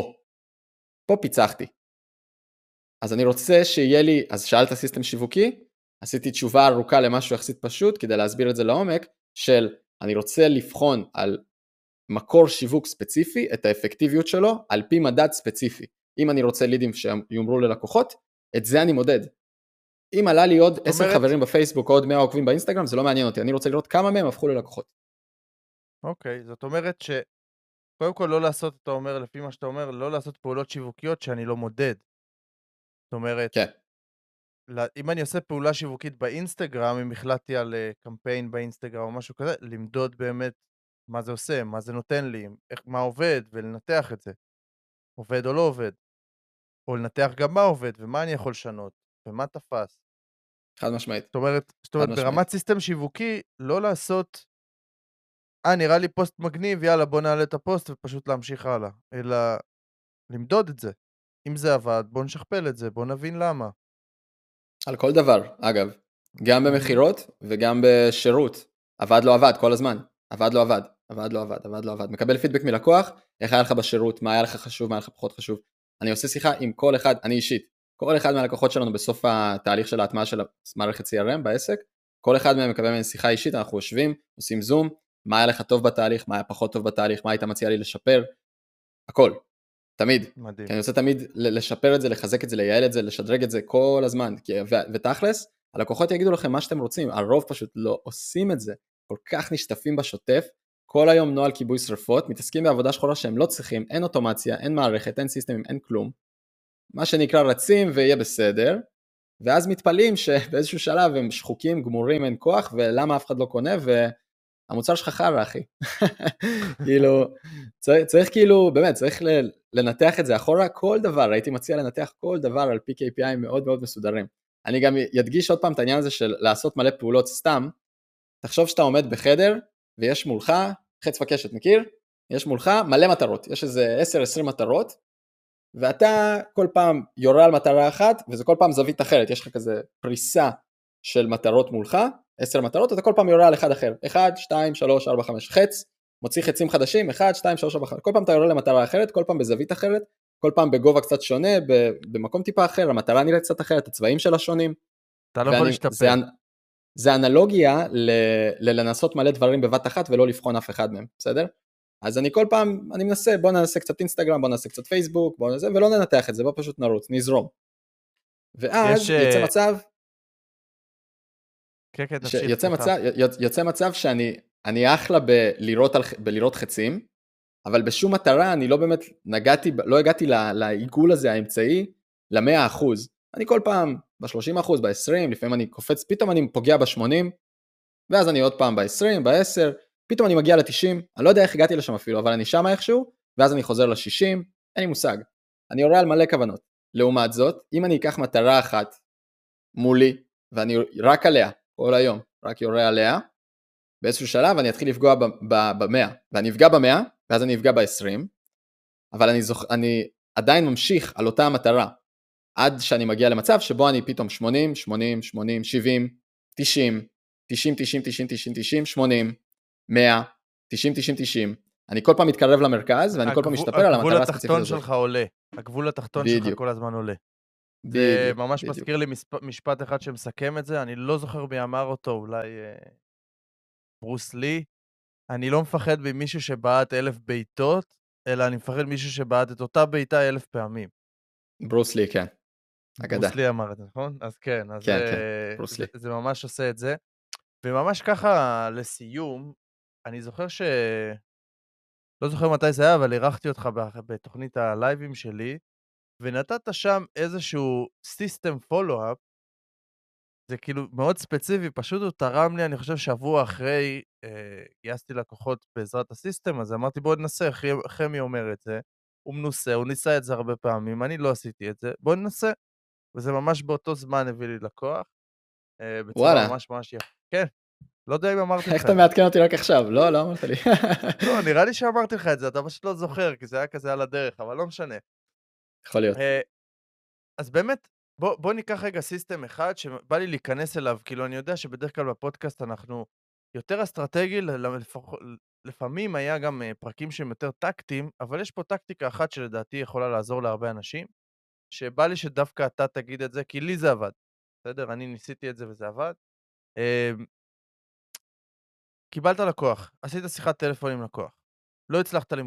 פה פיצחתי. אז אני רוצה שיהיה לי, אז שאלת סיסטם שיווקי, עשיתי תשובה ארוכה למשהו יחסית פשוט, כדי להסביר את זה לעומק, של אני רוצה לבחון על מקור שיווק ספציפי, את האפקטיביות שלו, על פי מדד ספציפי. אם אני רוצה לידים שיומרו ללקוחות, את זה אני מודד. אם עלה לי עוד 10 חברים בפייסבוק, או עוד 100 עוקבים באינסטגרם, זה לא מעניין אותי, אני רוצה לראות כמה מהם הפכו ללקוחות. אוקיי, זאת אומרת קודם כל לא לעשות, אתה אומר, לפי מה שאתה אומר, לא לעשות פעולות שיווקיות שאני לא מודד. זאת אומרת, כן. אם אני עושה פעולה שיווקית באינסטגרם, אם החלטתי על קמפיין באינסטגרם או משהו כזה, למדוד באמת מה זה עושה, מה זה נותן לי, מה עובד, ולנתח את זה. עובד או לא עובד. או לנתח גם מה עובד, ומה אני יכול לשנות, ומה תפס. חד משמעית. זאת אומרת, ברמת סיסטם שיווקי, לא לעשות, נראה לי פוסט מגניב, יאללה, בוא נעלה את הפוסט ופשוט להמשיך הלאה. אלא למדוד את זה. אם זה עבד, בוא נשכפל את זה, בוא נבין למה. על כל דבר, אגב. גם במחירות וגם בשירות. עבד לא עבד כל הזמן. עבד. מקבל פידבק מלקוח, איך היה לך בשירות, מה היה לך חשוב, מה היה לך פחות חשוב. אני עושה שיחה עם כל אחד, אני אישית, כל אחד מהלקוחות שלנו בסוף התהליך של ההטמעה של מערכת CRM בעסק, כל אחד מהם מקבל ממני שיחה אישית, אנחנו יושבים, עושים זום, מה היה לך טוב בתהליך, מה היה פחות טוב בתהליך, מה היית מציע לי לשפר, הכל. תמיד. מדהים. כי אני רוצה תמיד לשפר את זה, לחזק את זה, לייעל את זה, לשדרג את זה כל הזמן. ותכלס, הלקוחות יגידו לכם מה שאתם רוצים, הרוב פשוט לא עושים את זה. כל כך נשטפים בשוטף, כל היום נועל כיבוי שרפות, מתעסקים בעבודה שחורה שהם לא צריכים, אין אוטומציה, אין מערכת, אין סיסטמים, אין כלום. מה שנקרא רצים ויהיה בסדר, ואז מתפלאים שבאיזשהו שלב הם שחוקים, גמורים, אין כוח, ולמה אף אחד לא קונה, והמוצר שלך חרא, אחי. כאילו, צריך כאילו, באמת, צריך לנתח את זה אחורה, כל דבר, הייתי מציע לנתח כל דבר על פי KPI מאוד מאוד מסודרים. אני גם ידגיש עוד פעם את העניין הזה של לעשות מלא פעולות סתם, תחשוב שאתה עומד בחדר, ויש מולך, חץ וקשת, מכיר? יש מולך מלא מטרות, יש איזה 10-20 מטרות, ואתה כל פעם יורה על מטרה אחת, וזה כל פעם זווית אחרת, יש לך כזה פריסה של מטרות מולך, 10 מטרות, אתה כל פעם יורה על אחד אחר, 1, 2, 3, 4, 5, חץ, מוציא חצים חדשים, 1, 2, 3, 4, 5, כל פעם אתה יורה למטרה אחרת, כל פעם בזווית אחרת, כל פעם בגובה קצת שונה, במקום טיפה אחר, המטרה נראית קצת אחרת, הצבעים שלה שונים. אתה לא יכול להשתפר. זה אנלוגיה לנסות מלא דברים בבת אחת, ולא לבחון אף אחד מהם, בסדר? אז אני כל פעם, אני מנסה, בוא ננסה קצת אינסטגרם, בוא ננסה קצת פייסבוק, בוא ננסה, ולא ננתח את זה, בוא פשוט נרוץ, נזרום. ואז יוצא מצב, כן, כן, תמשיך. יוצא מצב שאני אחלה בלראות חצים, אבל בשום מטרה אני לא באמת לא הגעתי לעיגול הזה האמצעי ל-100%. אני כל פעם ב-30%, ב-20%, לפעמים אני קופץ, פתאום אני פוגע ב-80%, ואז אני עוד פעם ב-20%, ב-10%, פתאום אני מגיע ל-90, אני לא יודע איך הגעתי לשם אפילו, אבל אני שם איכשהו, ואז אני חוזר ל-60, אין לי מושג. אני יורה על מלא כוונות. לעומת זאת, אם אני אקח מטרה אחת מולי, ואני רק עליה, כל היום, רק יורה עליה, באיזשהו שלב אני אתחיל לפגוע ב-100, ואני אפגע ב-100, ואז אני אפגע ב-20, אבל אני עדיין ממשיך על אותה המטרה, עד שאני מגיע למצב שבו אני פתאום 80, 80, 80, 70, 90, 90, 90, 90, 90, 90, 80, 100, 90, 90, 90, אני כל פעם מתקרב למרכז, ואני כל פעם משתפר על המטרה הספציפית הזאת. הגבול התחתון שלך עולה, הגבול התחתון שלך כל הזמן עולה. זה ממש מזכיר לי משפט אחד שמסכם את זה, אני לא זוכר מי אמר אותו, אולי ברוס לי, אני לא מפחד ממישהו שבעט 1000 בעיטות, אלא אני מפחד מישהו שבעט את אותה בעיטה 1000 פעמים. ברוס לי, כן. אגדה. ברוס לי אמר את זה, נכון? אז כן, אז כן, כן, ברוס לי. זה ממש עושה את זה. וממש ככה לסיום, אני זוכר לא זוכר מתי זה היה, אבל אירחתי אותך בתוכנית הלייבים שלי, ונתת שם איזשהו סיסטם פולו-אפ, זה כאילו מאוד ספציפי, פשוט הוא תרם לי, אני חושב שבוע אחרי, גייסתי לקוחות בעזרת הסיסטם, אז אמרתי בואו ננסה, חמי אומר את זה, הוא מנוסה, הוא ניסה את זה הרבה פעמים, אני לא עשיתי את זה, בואו ננסה, וזה ממש באותו זמן הביא לי לקוח, בצורה ממש ממש יפה. כן, לא יודע אם אמרתי לך. איך אתה מעדכן אותי רק עכשיו? לא, לא אמרת לי. לא, נראה לי שאמרתי לך את זה, אתה פשוט לא זוכר, כי זה היה כזה על הדרך, אבל לא משנה. יכול להיות. אז באמת, בוא ניקח רגע סיסטם אחד שבא לי להיכנס אליו, כאילו אני יודע שבדרך כלל בפודקאסט אנחנו יותר אסטרטגי, לפעמים היה גם פרקים שהם יותר טקטיים, אבל יש פה טקטיקה אחת שלדעתי יכולה לעזור להרבה אנשים, שבא לי שדווקא אתה תגיד את זה, כי לי זה עבד, בסדר? אני ניסיתי את זה וזה עבד. קיבלת לקוח, עשית שיחת טלפון עם לקוח, לא הצלחת